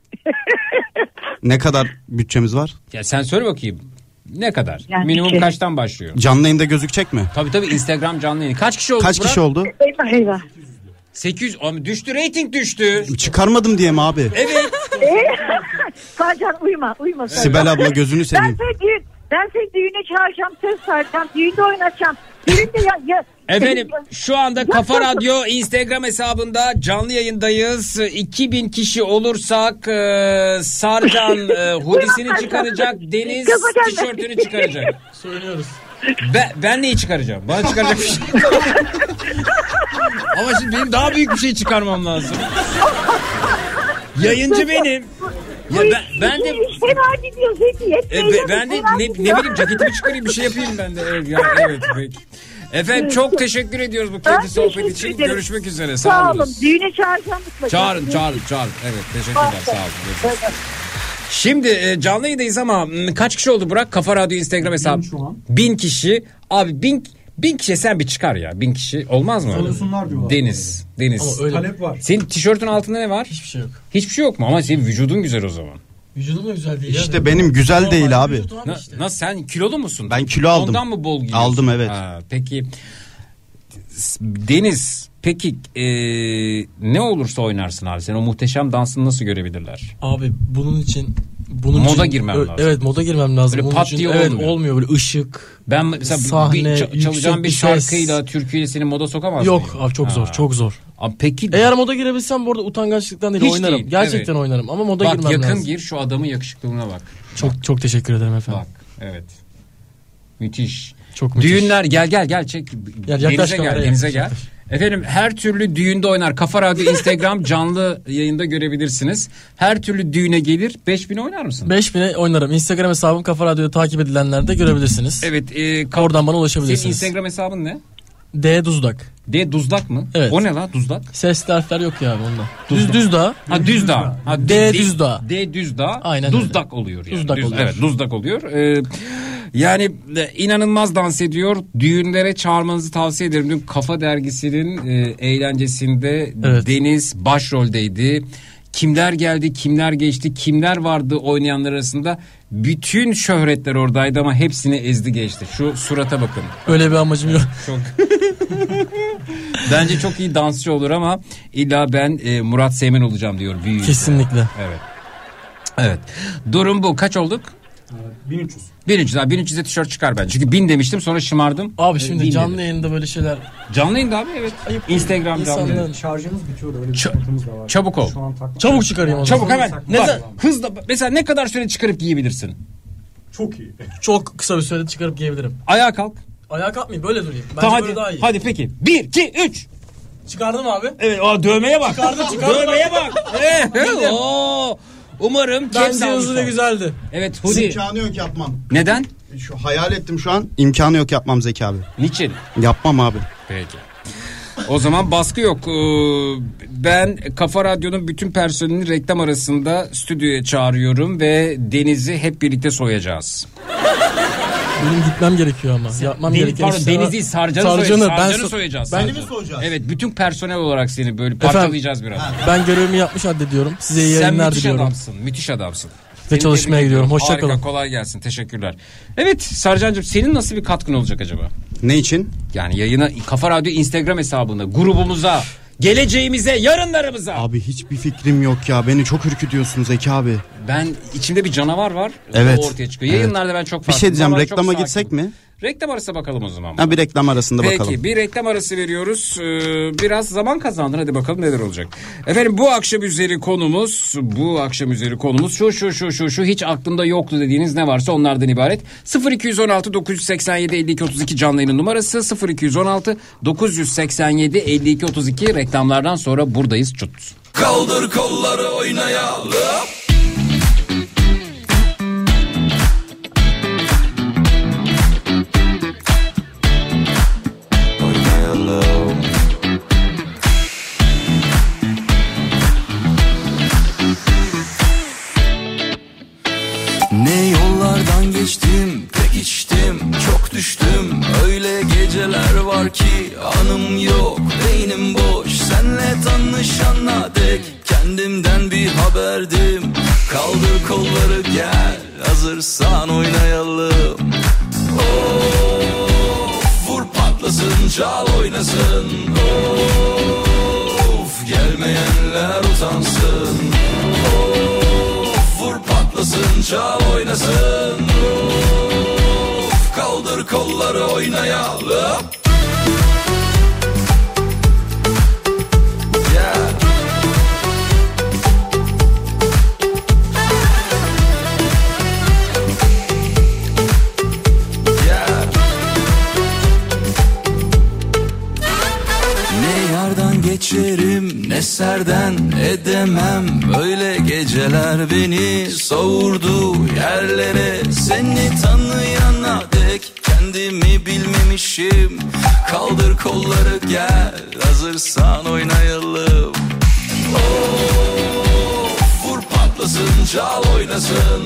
Ne kadar bütçemiz var? Ya sen söyle bakayım. Ne kadar? Yani minimum kaçtan başlıyor? Canlı yayında gözükecek mi? Tabii Instagram canlı yayını. Kaç kişi oldu? Kaç kişi oldu? Eyvah. 800. Abi düştü, reyting düştü. Çıkarmadım diye mi abi? Evet. Sarcan uyma. Sibel abla gözünü seveyim. Ben seni düğüne çağıracağım, söz vereceğim, düğünde oynatacağım. Düğünde Efendim şu anda Kafa Radyo Instagram hesabında canlı yayındayız. 2000 kişi olursak Sarcan hoodisini çıkaracak, Deniz tişörtünü çıkaracak. Söylüyoruz. Ben neyi çıkaracağım? Bana çıkaracak bir şey. Ama şimdi benim daha büyük bir şey çıkarmam lazım. Yayıncı benim. Ya ben de ben de ne bileyim ceketimi çıkarayım, bir şey yapayım ben de. Evet peki. Efendim çok teşekkür ediyoruz bu keyifli sohbet için. Ederim. Görüşmek üzere. Sağ olun. Düğüne çağıracağım mutlaka. Çağırın. Evet teşekkürler. Sağ olun. Şimdi canlı yayındayız ama kaç kişi oldu Burak? Kafa Radyo Instagram hesabı. 1000 kişi. Abi 1000 kişi sen bir çıkar ya. 1000 kişi olmaz mı? Tanıyorsunlar diyorlar. Deniz. Ama öyle. Talep var. Senin tişörtün altında ne var? Hiçbir şey yok. Hiçbir şey yok mu? Ama senin vücudun güzel o zaman. Vücudum da güzel değil. İşte benim güzel değil abi. Nasıl sen kilolu musun? Ben kilo aldım. Ondan mı bol giyiyorsun? Aldım evet. Peki Deniz ne olursa oynarsın abi. Sen o muhteşem dansını nasıl görebilirler? Abi bunun için moda girmem lazım. Evet, moda girmem lazım. Böyle pat diye olmuyor. Böyle ışık. Ben mesela sahne, çalacağım bir şarkıyla türküyle seni moda sokamaz mıyım? Yok abi çok zor. Abi peki eğer moda girebilsem bu arada utangaçlıktan değil oynarım. Değil, gerçekten oynarım ama moda girmem lazım. Bak yakın gir, şu adamın yakışıklılığına bak. Çok teşekkür ederim efendim. Bak evet. Müthiş. Çok müthiş. Düğünler gel çek. Denize gel. Efendim her türlü düğünde oynar. Kafa Radyo Instagram canlı yayında görebilirsiniz. Her türlü düğüne gelir. 5000'e oynar mısın? 5000'e oynarım. Instagram hesabım Kafa Radyo'da takip edilenler de görebilirsiniz. Evet. Oradan bana ulaşabilirsiniz. Senin Instagram hesabın ne? D Duzdak. D Duzdak mı? Evet. O ne la Duzdak? Sesli harfler yok ya onda. Duzdak. Düzdağ. Ha Düzdağ. Ha, D Düzdağ. D Düzdağ. Aynen Duzdak öyle. oluyor yani. Duzdak oluyor. Evet Duzdak oluyor. Yani inanılmaz dans ediyor. Düğünlere çağırmanızı tavsiye ederim. Dün Kafa Dergisi'nin eğlencesinde Deniz başroldeydi. Kimler geldi, kimler geçti, kimler vardı oynayanlar arasında. Bütün şöhretler oradaydı ama hepsini ezdi geçti. Şu surata bakın. Öyle bir amacım yok. Çok. Bence çok iyi dansçı olur ama illa ben Murat Seymen olacağım diyor büyüğü. Kesinlikle. Evet. Evet. Durum bu. Kaç olduk? 1300. 1300'e tişört çıkar bence. Çünkü 1000 demiştim sonra şımardım. Abi şimdi 1000 canlı dedim. yayında böyle şeyler. Canlı yayında abi evet. Ayıp. Instagram canlı yayında. Şarjımız bitiyor da öyle bir sıkıntımız da var. Çabuk ol. Çabuk çıkarayım o zaman. Çabuk hemen. Neden? Bak, hızla. Mesela ne kadar süre çıkarıp giyebilirsin? Çok iyi. Çok kısa bir sürede çıkarıp giyebilirim. Ayağa kalk. Ayağa kalkmayayım böyle durayım. Bence Tamam, böyle daha iyi. Hadi peki. 1, 2, 3. Çıkardım abi. Evet o dövmeye bak. Çıkardım. Dövmeye bak. Oo. Umarım bence hızlı ve güzeldi. Evet Hudi. İmkanı yok yapmam. Neden? Şu hayal ettim şu an. İmkanı yok yapmam Zeki abi. Niçin? Yapmam abi. Peki. O zaman baskı yok. Ben Kafa Radyo'nun bütün personelini reklam arasında stüdyoya çağırıyorum ve Deniz'i hep birlikte soyacağız. Benim gitmem gerekiyor ama. Yapmam gereken Pardon, Deniz'i Sarcan'ı soyacağız. Ben mi soyacağız? Evet, bütün personel olarak seni böyle parçalayacağız biraz. Ben görevimi yapmış addediyorum. Size iyi yayınlar diliyorum. Müthiş adamsın. Ve çalışmaya gidiyorum. Hoşça kalın. Kolay gelsin. Teşekkürler. Evet Sarcan'cığım senin nasıl bir katkın olacak acaba? Ne için? Yani yayına Kafa Radyo Instagram hesabına, grubumuza, geleceğimize, yarınlarımıza. Abi hiçbir fikrim yok ya. Beni çok ürkütüyorsunuz Zeki abi. Ben içimde bir canavar var. Evet. O ortaya çıkıyor. Yayınlarda ben çok Bir farklı. şey diyeceğim, reklama gitsek mi? Reklam arası bakalım o zaman. Ha, bir reklam arasında Peki, bakalım. Peki bir reklam arası veriyoruz. Biraz zaman kazandın. Hadi bakalım neler olacak. Efendim bu akşam üzeri konumuz şu hiç aklımda yoktu dediğiniz ne varsa onlardan ibaret. 0216 987 52 32 canlı yayının numarası 0216 987 52 32 reklamlardan sonra buradayız. Çut. Kaldır kolları oynayalım. Ne yollardan geçtim, pek içtim, çok düştüm. Öyle geceler var ki anım yok, beynim boş. Senle tanışana dek kendimden bir haberdim. Kaldır kolları gel, hazırsan oynayalım. Of, vur patlasın, çal oynasın. Of, gelmeyenler utansın. Of, vur patlasın, çal oynasın. Of, kaldır kolları oynayalım. Geçerim ne serden edemem. Böyle geceler beni savurdu yerlere. Seni tanıyana dek kendimi bilmemişim. Kaldır kolları gel, hazırsan oynayalım. Of, vur patlasın, çal oynasın.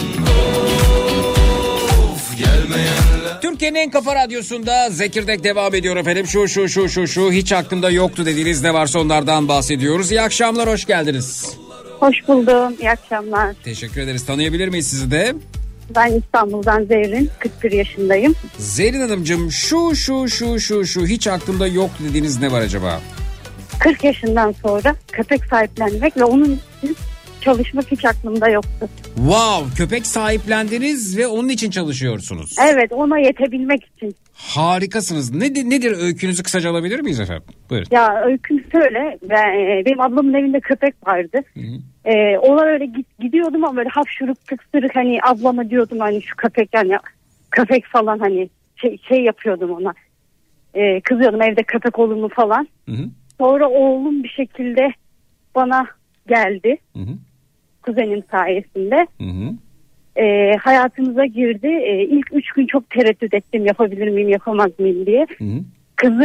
Of, gelmeyenler. Türkiye'nin en kafa radyosunda Zekirdek devam ediyor efendim. Şu hiç aklımda yoktu dediğiniz ne varsa onlardan bahsediyoruz. İyi akşamlar, hoş geldiniz. Hoş buldum, iyi akşamlar. Teşekkür ederiz. Tanıyabilir miyiz sizi de? Ben İstanbul'dan Zerrin, 41 yaşındayım. Zerrin Hanımcığım şu hiç aklımda yoktu dediğiniz ne var acaba? 40 yaşından sonra köpek sahiplenmek ve onun için çalışmak hiç aklımda yoktu. Wow, köpek sahiplendiniz ve onun için çalışıyorsunuz. Evet, ona yetebilmek için. Harikasınız. Nedir öykünüzü kısaca alabilir miyiz efendim? Buyurun. Ya öyküm şöyle, benim ablamın evinde köpek vardı. Ona öyle gidiyordum ama böyle hapşuruk tıksırık hani ablama diyordum hani şu köpek yani köpek falan hani şey yapıyordum ona. Kızıyordum evde köpek olur mu falan. Sonra oğlum bir şekilde bana geldi. Kuzenim sayesinde. Hayatımıza girdi. İlk 3 gün çok tereddüt ettim yapabilir miyim yapamaz mıyım diye. Kızım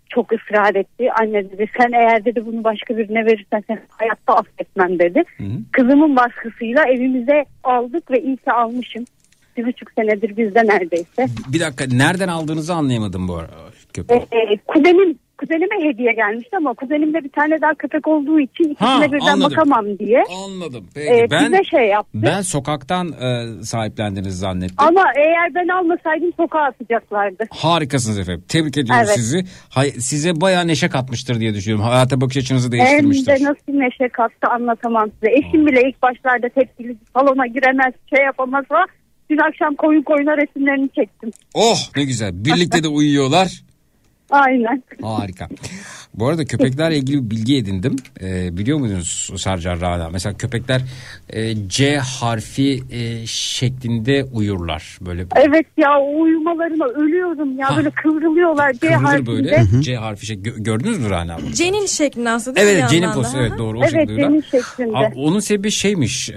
çok ısrar etti. Anne dedi sen eğer dedi bunu başka birine verirsen sen hayatta affetmem dedi. Kızımın baskısıyla evimize aldık ve iyi ki almışım. 1,5 senedir bizde neredeyse. Bir dakika, nereden aldığınızı anlayamadım bu arada. Kuzenime hediye gelmişti ama kuzenimde bir tane daha köpek olduğu için ikisine birden anladım. bakamam diye. Anladım. Peki, bize şey yaptı. Ben sokaktan sahiplendiniz zannettim. Ama eğer ben almasaydım sokağa atacaklardı. Harikasınız efendim. Tebrik ediyorum sizi. Size bayağı neşe katmıştır diye düşünüyorum. Hayata bakış açınızı değiştirmiştir. Hem de nasıl neşe kattı anlatamam size. Eşim bile ilk başlarda tepkili, salona giremez, şey yapamaz ama dün akşam koyuna resimlerini çektim. Oh ne güzel. Birlikte de uyuyorlar. Aynen. Harika. Bu arada köpeklerle ilgili bir bilgi edindim. Biliyor muydunuz Sarcan Rana? Mesela köpekler C harfi şeklinde uyurlar. Böyle. Evet ya, o uyumalarına ölüyorum ya. Böyle kıvrılıyorlar C harfinde. Böyle. C harfi gördünüz mü Rana? C'nin şeklinde aslında değil mi? Evet, C'nin pozisyonu. Evet, doğru. Evet, C'nin şeklinde. Onun sebebi şeymiş.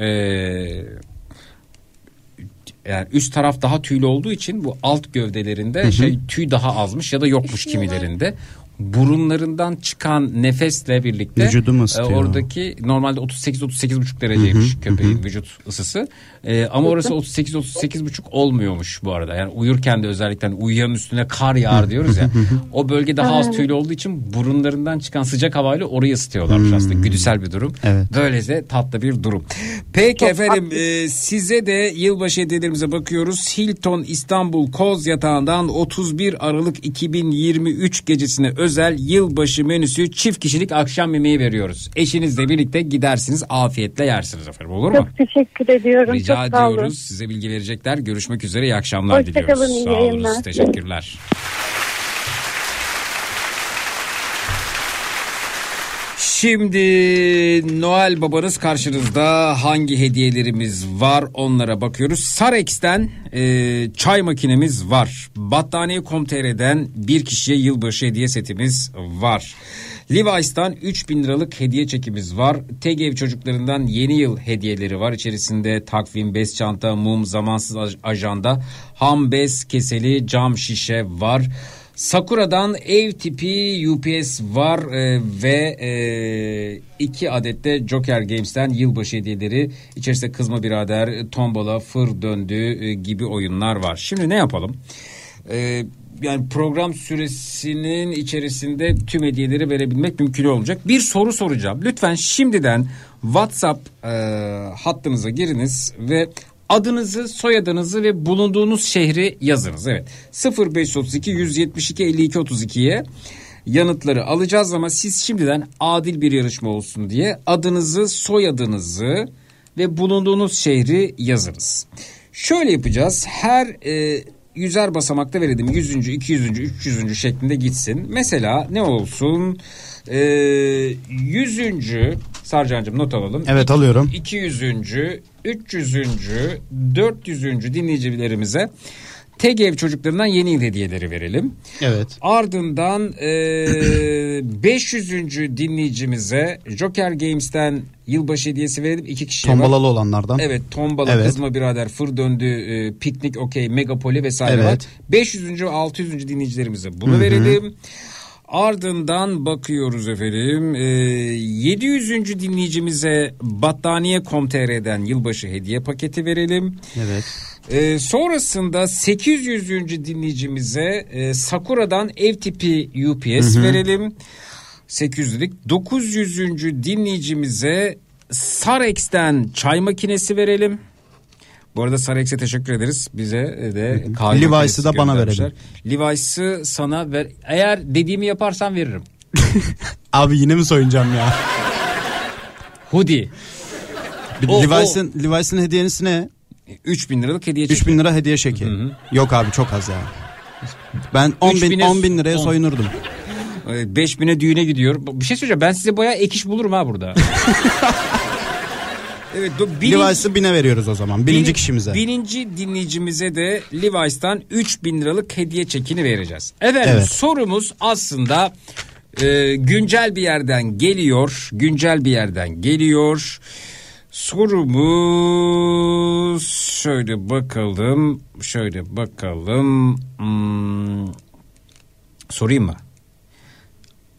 Yani üst taraf daha tüylü olduğu için bu alt gövdelerinde tüy daha azmış ya da yokmuş kimilerinde. Burunlarından çıkan nefesle birlikte vücudum ısıtıyor. Oradaki normalde 38-38,5 dereceymiş köpeğin vücut ısısı. Ama orası 38-38,5 olmuyormuş bu arada. Yani uyurken de özellikle uyuyanın üstüne kar yağar diyoruz ya. O bölge daha az tüylü olduğu için burunlarından çıkan sıcak havayla orayı ısıtıyorlarmış aslında. Güdüsel bir durum. Evet. Böylece tatlı bir durum. Peki çok efendim size de yılbaşı hediyelerimize bakıyoruz. Hilton İstanbul Koz Yatağı'ndan 31 Aralık 2023 gecesine özel yılbaşı menüsü çift kişilik akşam yemeği veriyoruz. Eşinizle birlikte gidersiniz, afiyetle yersiniz efendim, olur mu? Çok teşekkür ediyorum. Rica çok ediyoruz. Size bilgi verecekler. Görüşmek üzere. İyi akşamlar diliyoruz. Hoşçakalın. Sağ olun. Teşekkürler. Şimdi Noel babanız karşınızda. Hangi hediyelerimiz var onlara bakıyoruz. Sarex'ten çay makinemiz var. Battaniye.com.tr'den bir kişiye yılbaşı hediye setimiz var. Levi's'tan 3.000 liralık hediye çekimiz var. TGV çocuklarından yeni yıl hediyeleri var. İçerisinde takvim, bez çanta, mum, zamansız ajanda, ham bez keseli, cam şişe var. Sakura'dan ev tipi UPS var ve 2 adet de Joker Games'ten yılbaşı hediyeleri. İçerisinde Kızma Birader, Tombola, Fır Döndü gibi oyunlar var. Şimdi ne yapalım? Yani program süresinin içerisinde tüm hediyeleri verebilmek mümkün olmayacak. Bir soru soracağım. Lütfen şimdiden WhatsApp hattınıza giriniz ve adınızı, soyadınızı ve bulunduğunuz şehri yazınız. Evet. 0532 172 52 32'ye yanıtları alacağız ama siz şimdiden adil bir yarışma olsun diye adınızı, soyadınızı ve bulunduğunuz şehri yazınız. Şöyle yapacağız. Her 100'er basamakta verelim. 100. 200. 300. şeklinde gitsin. Mesela ne olsun? 100. Sarcancığım not alalım. Evet, alıyorum. 200. 300. 400. dinleyicilerimize TGV çocuklarından yeni yıl hediyeleri verelim. Evet. Ardından 500. dinleyicimize Joker Games'ten yılbaşı hediyesi verelim. 2 kişiye tombalalı olanlardan. Evet, tombala, evet. Kızma Birader, Fır Döndü, Piknik, Okey, Megapoli vesaire var. 500. ve 600. dinleyicilerimize bunu verelim. Ardından bakıyoruz efendim 700. dinleyicimize Battaniye.com.tr'den yılbaşı hediye paketi verelim. Evet. Sonrasında 800. dinleyicimize Sakura'dan ev tipi UPS verelim. 800 dedik. 900. dinleyicimize Sarex'ten çay makinesi verelim. Bu arada Sarex'e teşekkür ederiz. Bize de Levi's'ı da bana verelim. Levi's'ı sana ver. Eğer dediğimi yaparsan veririm. Abi yine mi soyunacağım ya? Hoodie. Levi's'ın hediyesi ne? 3.000 liralık hediye çeki. 3.000 lira hediye çeki. Yok abi, çok az ya. Ben 10 bin liraya soyunurdum. 5.000'e düğüne gidiyor. Bir şey söyleyeceğim. Ben size bayağı ek iş bulurum ha burada. Evet, Levi's'ı 1000'e veriyoruz o zaman. Birinci kişimize. Birinci dinleyicimize de Levi's'tan 3.000 liralık hediye çekini vereceğiz. Efendim, sorumuz aslında güncel bir yerden geliyor. Sorumuz şöyle bakalım. Sorayım mı?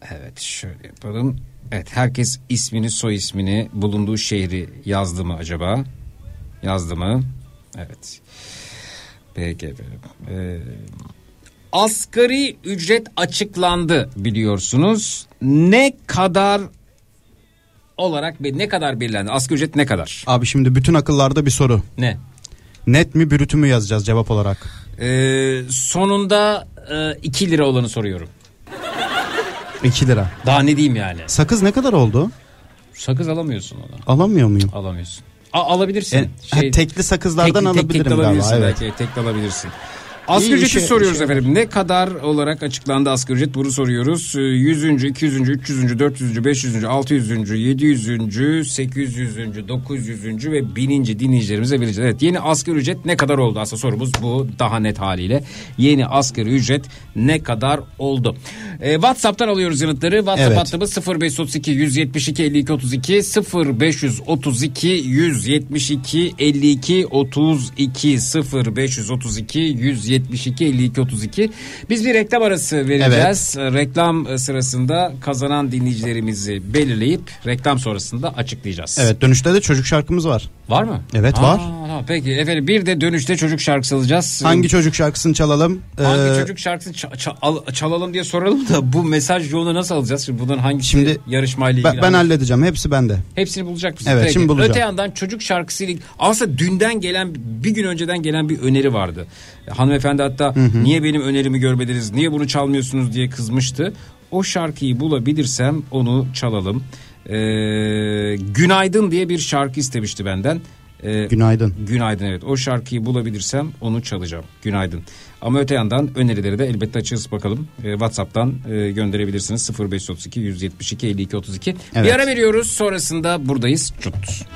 Evet, şöyle yapalım. Evet, herkes ismini, soy ismini, bulunduğu şehri yazdı mı acaba? Yazdı mı? Evet. Peki efendim. Asgari ücret açıklandı biliyorsunuz. Ne kadar olarak ne kadar belirlendi? Asgari ücret ne kadar? Abi şimdi bütün akıllarda bir soru. Ne? Net mi brütü mü yazacağız cevap olarak? Sonunda 2 lira olanı soruyorum. 2 lira. Daha ne diyeyim yani? Sakız ne kadar oldu? Sakız alamıyorsun ona. Alamıyor muyum? Alamıyorsun. Alabilirsin. Tekli sakızlardan alabilirim galiba. Evet. Belki tekli alabilirsin. Asgari ücreti soruyoruz efendim. Ne kadar olarak açıklandı asgari ücret? Bunu soruyoruz. 100. 200. 300. 400. 500. 600. 700. 800. 900. ve 1000. dinleyicilerimize vereceğiz. Evet, yeni asgari ücret ne kadar oldu? Aslında sorumuz bu daha net haliyle. Yeni asgari ücret ne kadar oldu? WhatsApp'tan alıyoruz yanıtları. WhatsApp hattımız 0532 172 52 32 0532 172 52 32 0532 172 52 32. Biz bir reklam arası vereceğiz. Evet. Reklam sırasında kazanan dinleyicilerimizi belirleyip reklam sonrasında açıklayacağız. Evet, dönüşte de çocuk şarkımız var. Var mı? Evet, var. Peki efendim, bir de dönüşte çocuk şarkısı alacağız. Hangi çocuk şarkısını çalalım? Hangi çocuk şarkısını çalalım diye soralım da bu mesaj yoğunu nasıl alacağız? Şimdi bunların hangisi yarışmayla ilgili? Ben halledeceğim. Hepsi bende. Hepsini bulacak mısın? Evet, peki. Şimdi bulacağım. Öte yandan çocuk şarkısıyla aslında dünden gelen, bir gün önceden gelen bir öneri vardı. Hanımefendi hatta niye benim önerimi görmediniz, niye bunu çalmıyorsunuz diye kızmıştı. O şarkıyı bulabilirsem onu çalalım. Günaydın diye bir şarkı istemişti benden. Günaydın. Günaydın, evet. O şarkıyı bulabilirsem onu çalacağım. Günaydın. Ama öte yandan önerileri de elbette açığız bakalım. WhatsApp'tan gönderebilirsiniz. 0532 172 52 32. Evet. Bir ara veriyoruz. Sonrasında buradayız. Çut.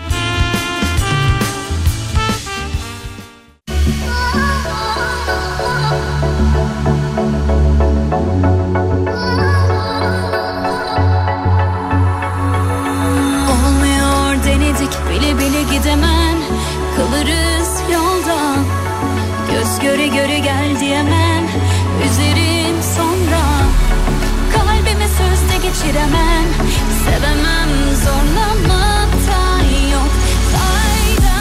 Olmuyor denedik, bile bile gidemem. Kalırız yolda, göz göre göre gel diyemem. Üzerim sonra, kalbime sözde geçiremem. Sevemem, zorlamakta yok fayda.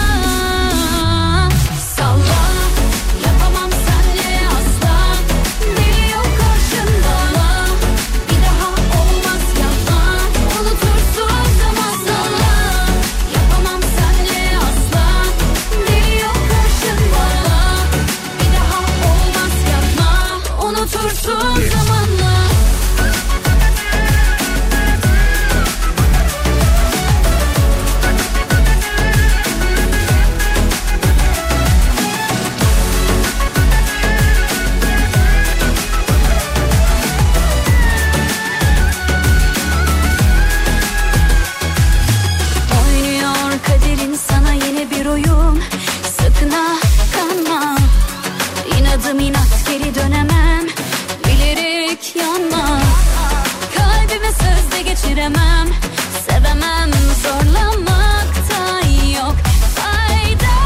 Salla, yapamam senle asla. Deli yok karşında, bir daha olmaz yapma. Unutursun zaman salla. Yapamam senle asla. Deli yok karşında, bir daha olmaz yapma. Unutursun zamanla. Oynuyor kaderin sana yeni bir oyun. Sakın ha kanma. İnadım inat, geri dönemem. Bilerek yanma. Kalbime sözde geçiremem. Sevemem, zorlamakta yok fayda.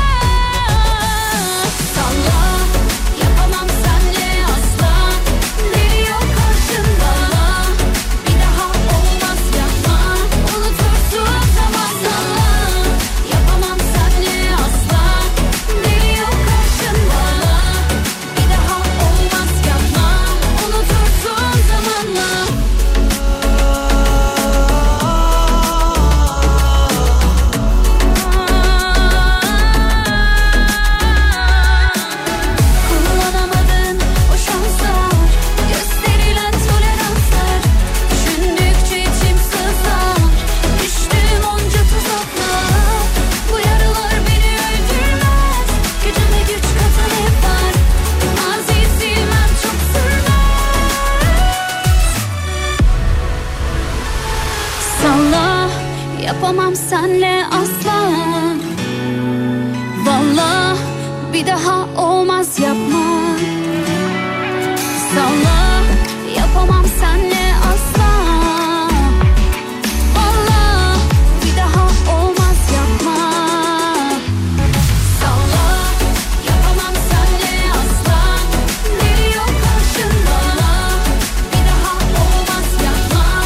Salla, yapamam senle asla. Deli yok karşında, bir daha olmaz yapma. Unutursun zaman salla. Yapamam senle asla. Deli yok karşında, bir daha olmaz yapma. Unutursun zamanla. Kullanamadın o şanslar, gösterilen toleranslar. Düşündükçe içim sızlar, düştüm onca tuzakla. Bu yaralar beni öldürmez, gücüme güç katan hep var. Maziyi silmem çok sürmez. Salla, yapamam senle asla. Valla, bir daha olmaz yapma. Salla, yapamam senle asla. Valla, bir daha olmaz yapma. Salla, yapamam senle asla. Deli yok karşında, bir daha olmaz yapma.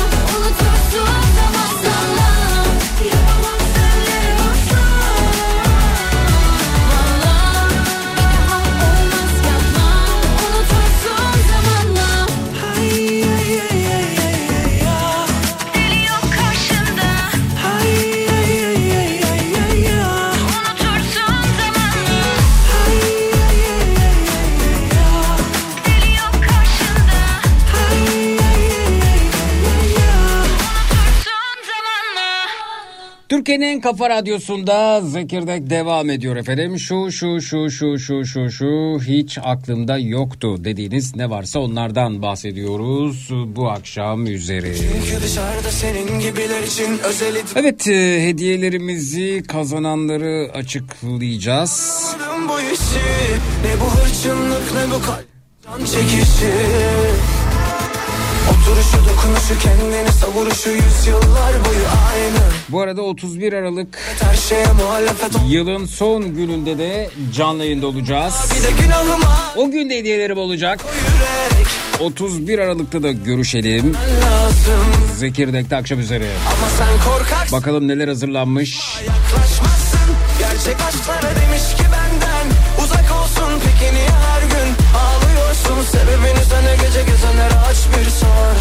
Türkiye'nin en kafa radyosunda Zekirdek devam ediyor efendim. Şu hiç aklımda yoktu dediğiniz ne varsa onlardan bahsediyoruz bu akşam üzeri. Evet, hediyelerimizi, kazananları açıklayacağız. Bu işi, ne bu hırçınlık ne bu kalp çekişi. Oturuşu, dokunuşu, kendini savuruşu yüzyıllar boyu aynı. Bu arada 31 Aralık yılın son gününde de canlı yayında olacağız. O gün de hediyelerim olacak. 31 Aralık'ta da görüşelim. Zekirdek'te akşam üzere. Bakalım neler hazırlanmış. Gerçek aşklara demiş ki benden uzak olsun, peki niye her gün ağlıyorsun? Sebebini sana gece gezenlere aç bir sor.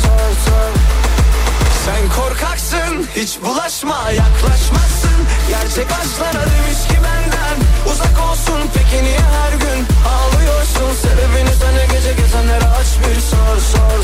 Sen korkaksın, hiç bulaşma, yaklaşmazsın. Gerçek aşklara demiş ki benden uzak olsun, peki niye her gün ağlıyorsun? Sebebini sana gece gezenlere aç bir sor.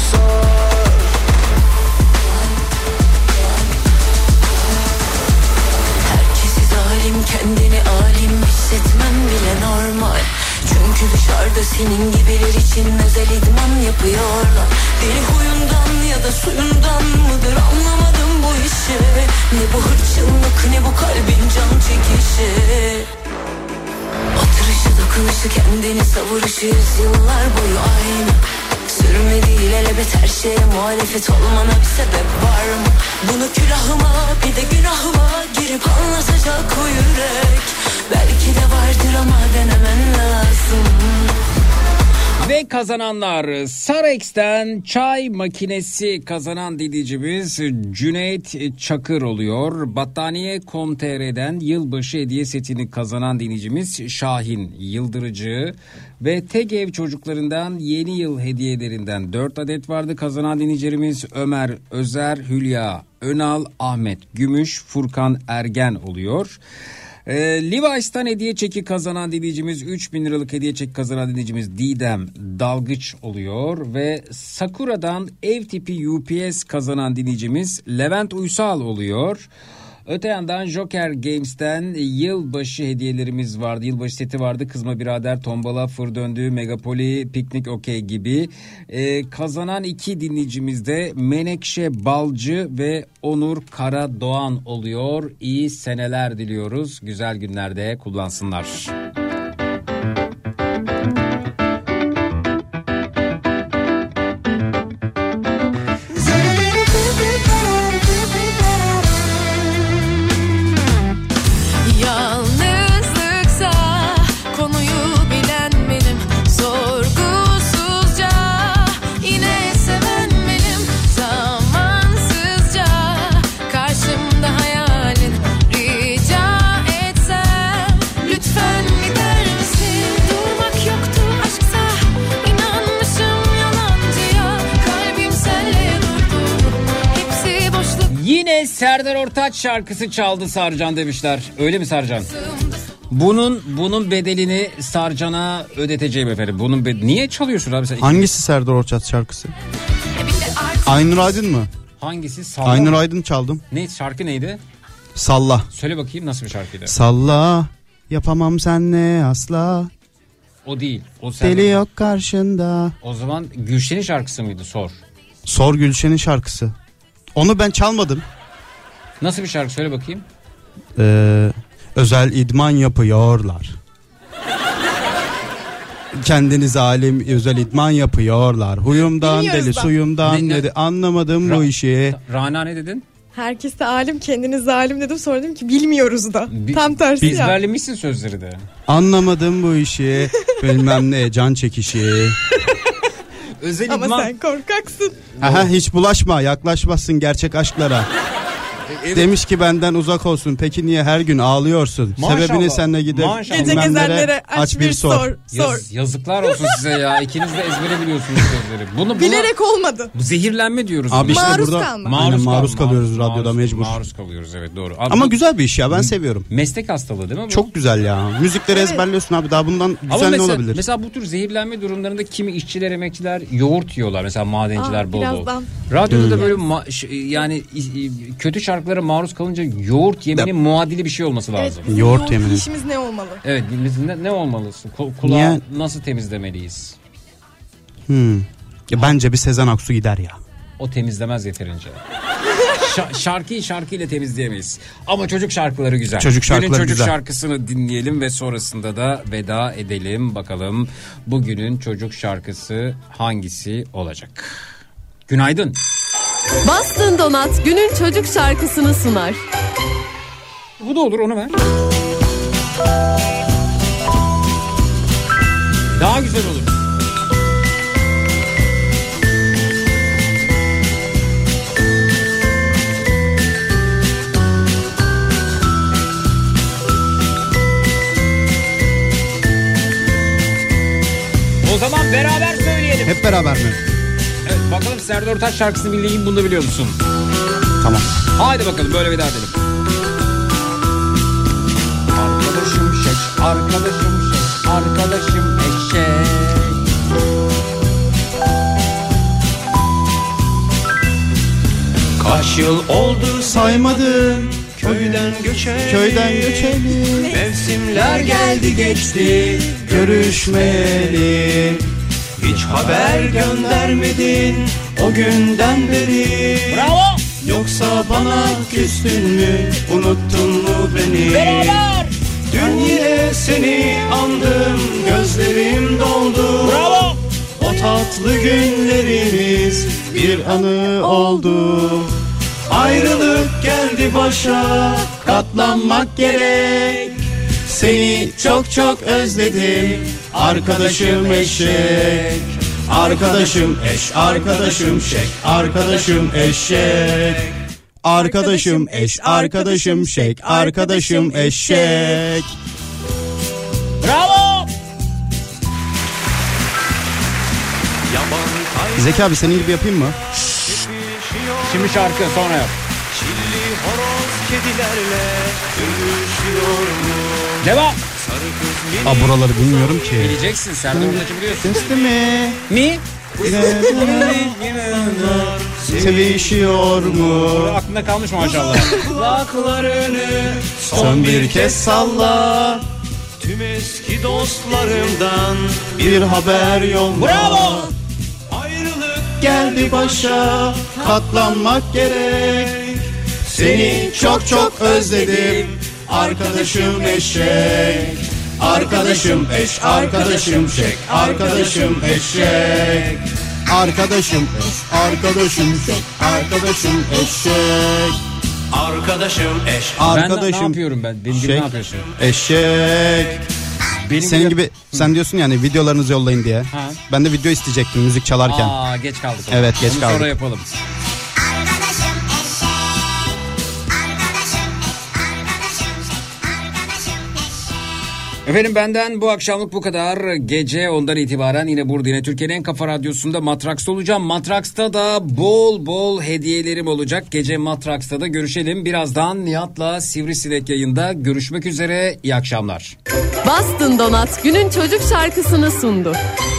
Kendini alim hissetmem bile normal. Çünkü dışarıda senin gibiler için özel idman yapıyorlar. Deli huyundan ya da suyundan mıdır anlamadım bu işi. Ne bu hırçınlık ne bu kalbin can çekişi. Oturuşu, dokunuşu, kendini savuruşu yüzyıllar boyu aynı. Sürme değil elbet, her şeye muhalefet olmana bir sebep var mı? Bunu külahıma bir de günahıma girip anlatacak o yürek. Belki de vardır ama denemen lazım. Ve kazananlar, Sarex'ten çay makinesi kazanan dinleyicimiz Cüneyt Çakır oluyor. Battaniye.com.tr'den yılbaşı hediye setini kazanan dinleyicimiz Şahin Yıldırıcı. Ve tek ev çocuklarından yeni yıl hediyelerinden 4 adet vardı. Kazanan dinleyicilerimiz Ömer Özer, Hülya Önal, Ahmet Gümüş, Furkan Ergen oluyor. Levi's'tan hediye çeki kazanan dinleyicimiz, 3.000 liralık hediye çeki kazanan dinleyicimiz Didem Dalgıç oluyor. Ve Sakura'dan ev tipi UPS kazanan dinleyicimiz Levent Uysal oluyor. Öte yandan Joker Games'ten yılbaşı hediyelerimiz vardı. Yılbaşı seti vardı. Kızma Birader, Tombala, Fır Döndü, Megapoli, Piknik Okey gibi. Kazanan 2 dinleyicimiz de Menekşe Balcı ve Onur Karadoğan oluyor. İyi seneler diliyoruz. Güzel günlerde kullansınlar. Serdar Ortaç şarkısı çaldı Sarcan demişler. Öyle mi Sarcan? Bunun bedelini Sarcan'a ödeteceğim efendim. Niye çalıyorsun abi sen? Hangisi Serdar Ortaç şarkısı? Aynur Aydın mı? Hangisi? Salla Aynur mı? Aydın çaldım. Ne şarkı neydi? Salla. Söyle bakayım, nasıl bir şarkıydı? Salla, yapamam senle asla. O değil. O deli yok karşında. O zaman Gülşen'in şarkısı mıydı? Sor Gülşen'in şarkısı. Onu ben çalmadım. Nasıl bir şarkı, söyle bakayım. Özel idman yapıyorlar. Kendini zalim, özel idman yapıyorlar. Huyumdan Biliyoruz deli, da. suyumdan dedi. Anlamadım bu işi. Rana ne dedin? Herkes de alim, kendini zalim dedim, sonra dedim ki bilmiyoruz da. Tam tersi ya. Ezberlemişsin sözleri de. Anlamadım bu işi. Bilmem ne, can çekişi. Özel Ama idman... sen korkaksın. Aha, hiç bulaşma, yaklaşmazsın gerçek aşklara. Evet. Demiş ki benden uzak olsun. Peki niye her gün ağlıyorsun? Maşallah. Sebebini senle gidip Gece gezenlere aç bir sor. Yazıklar olsun size ya. İkiniz de ezbere biliyorsunuz sözleri. Bilerek olmadı. Bu zehirlenme diyoruz. Abi işte maruz burada kalma. Maruz kalıyoruz radyoda mecbur. Maruz kalıyoruz, evet, doğru. Abi, ama güzel bir iş ya, ben seviyorum. Meslek hastalığı değil mi bu? Çok güzel ya. Müzikleri ezberliyorsun abi, daha bundan güzel ne olabilir? Mesela bu tür zehirlenme durumlarında kimi işçiler, emekçiler yoğurt yiyorlar. Mesela madenciler bol bol. Birazdan. Radyoda da böyle yani kötü şarkılar şarkılara maruz kalınca yoğurt yemenin muadili bir şey olması lazım. Evet, yoğurt yemeni. İşimiz ne olmalı? Evet, bizim ne olmalı? Kulağı nasıl temizlemeliyiz? Ya bence bir Sezen Aksu gider ya. O temizlemez yeterince. Şarkıyla temizleyemeyiz. Ama çocuk şarkıları güzel. Günün çocuk şarkısını dinleyelim ve sonrasında da veda edelim. Bakalım bugünün çocuk şarkısı hangisi olacak? Günaydın. Bastın Donat günün çocuk şarkısını sunar. Bu da olur, onu ver. Daha güzel olur. O zaman beraber söyleyelim. Hep beraber mi? Evet, bakalım Serdar Ortaç şarkısını bildiğin bunu da biliyor musun? Tamam. Haydi bakalım böyle veda edelim. Arkadaşım şeş, arkadaşım şeş, arkadaşım eşek. Kaç yıl oldu saymadım, köyden göçeli, mevsimler geldi geçti, görüşmeyeli. Hiç haber göndermedin o günden beri. Bravo! Yoksa bana küstün mü, unuttun mu beni? Beraber! Dün yine seni andım, gözlerim doldu. Bravo! O tatlı günlerimiz bir anı oldu. Ayrılık geldi başa, katlanmak gerek. Seni çok çok özledim, arkadaşım eşek. Arkadaşım eş, arkadaşım şek, arkadaşım eşek. Arkadaşım eş, arkadaşım şek, arkadaşım eşek. Bravo! Zeki abi senin gibi yapayım mı? Şimdi şarkı sonra yap. Çilli horoz kedilerle dövüşüyor mu? Devam. Buraları bilmiyorum ki. Bileceksin, Serdar Ortaç'ı biliyorsun. Sesli mi? Mi? Sevişiyor mu? Aklında kalmış maşallah. Kulaklarını Son bir kez salla. tüm eski dostlarımdan Bir haber yolla. Bravo! ayrılık Geldi başa, katlanmak gerek. Seni çok çok özledim, arkadaşım eşek. Arkadaşım eş, arkadaşım şek, arkadaşım eşek. Arkadaşım eş, arkadaşım şek, arkadaşım eşek. arkadaşım eş. Arkadaşım Ben ne yapıyorum ben? Benim gibi ne yapıyorsun? Eşek. Senin gibi sen diyorsun yani videolarınızı yollayın diye. Ha. Ben de video isteyecektim müzik çalarken. Geç kaldık. Evet, geç Onu kaldık. sonra yapalım. Efendim benden bu akşamlık bu kadar. Gece ondan itibaren yine burada yine Türkiye'nin en kafa radyosunda Matraks'ta olacağım. Matraks'ta da bol bol hediyelerim olacak. Gece Matraks'ta da görüşelim. Birazdan Nihat'la Sivrisinek yayında görüşmek üzere. İyi akşamlar. Bastın Donat günün çocuk şarkısını sundu.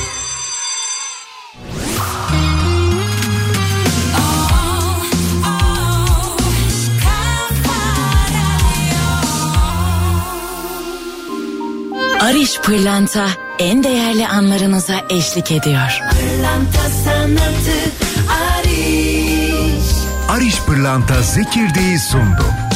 Ariş Pırlanta en değerli anlarınıza eşlik ediyor. Pırlanta sanatı Ariş. Ariş Pırlanta Zekirdek'i sundu.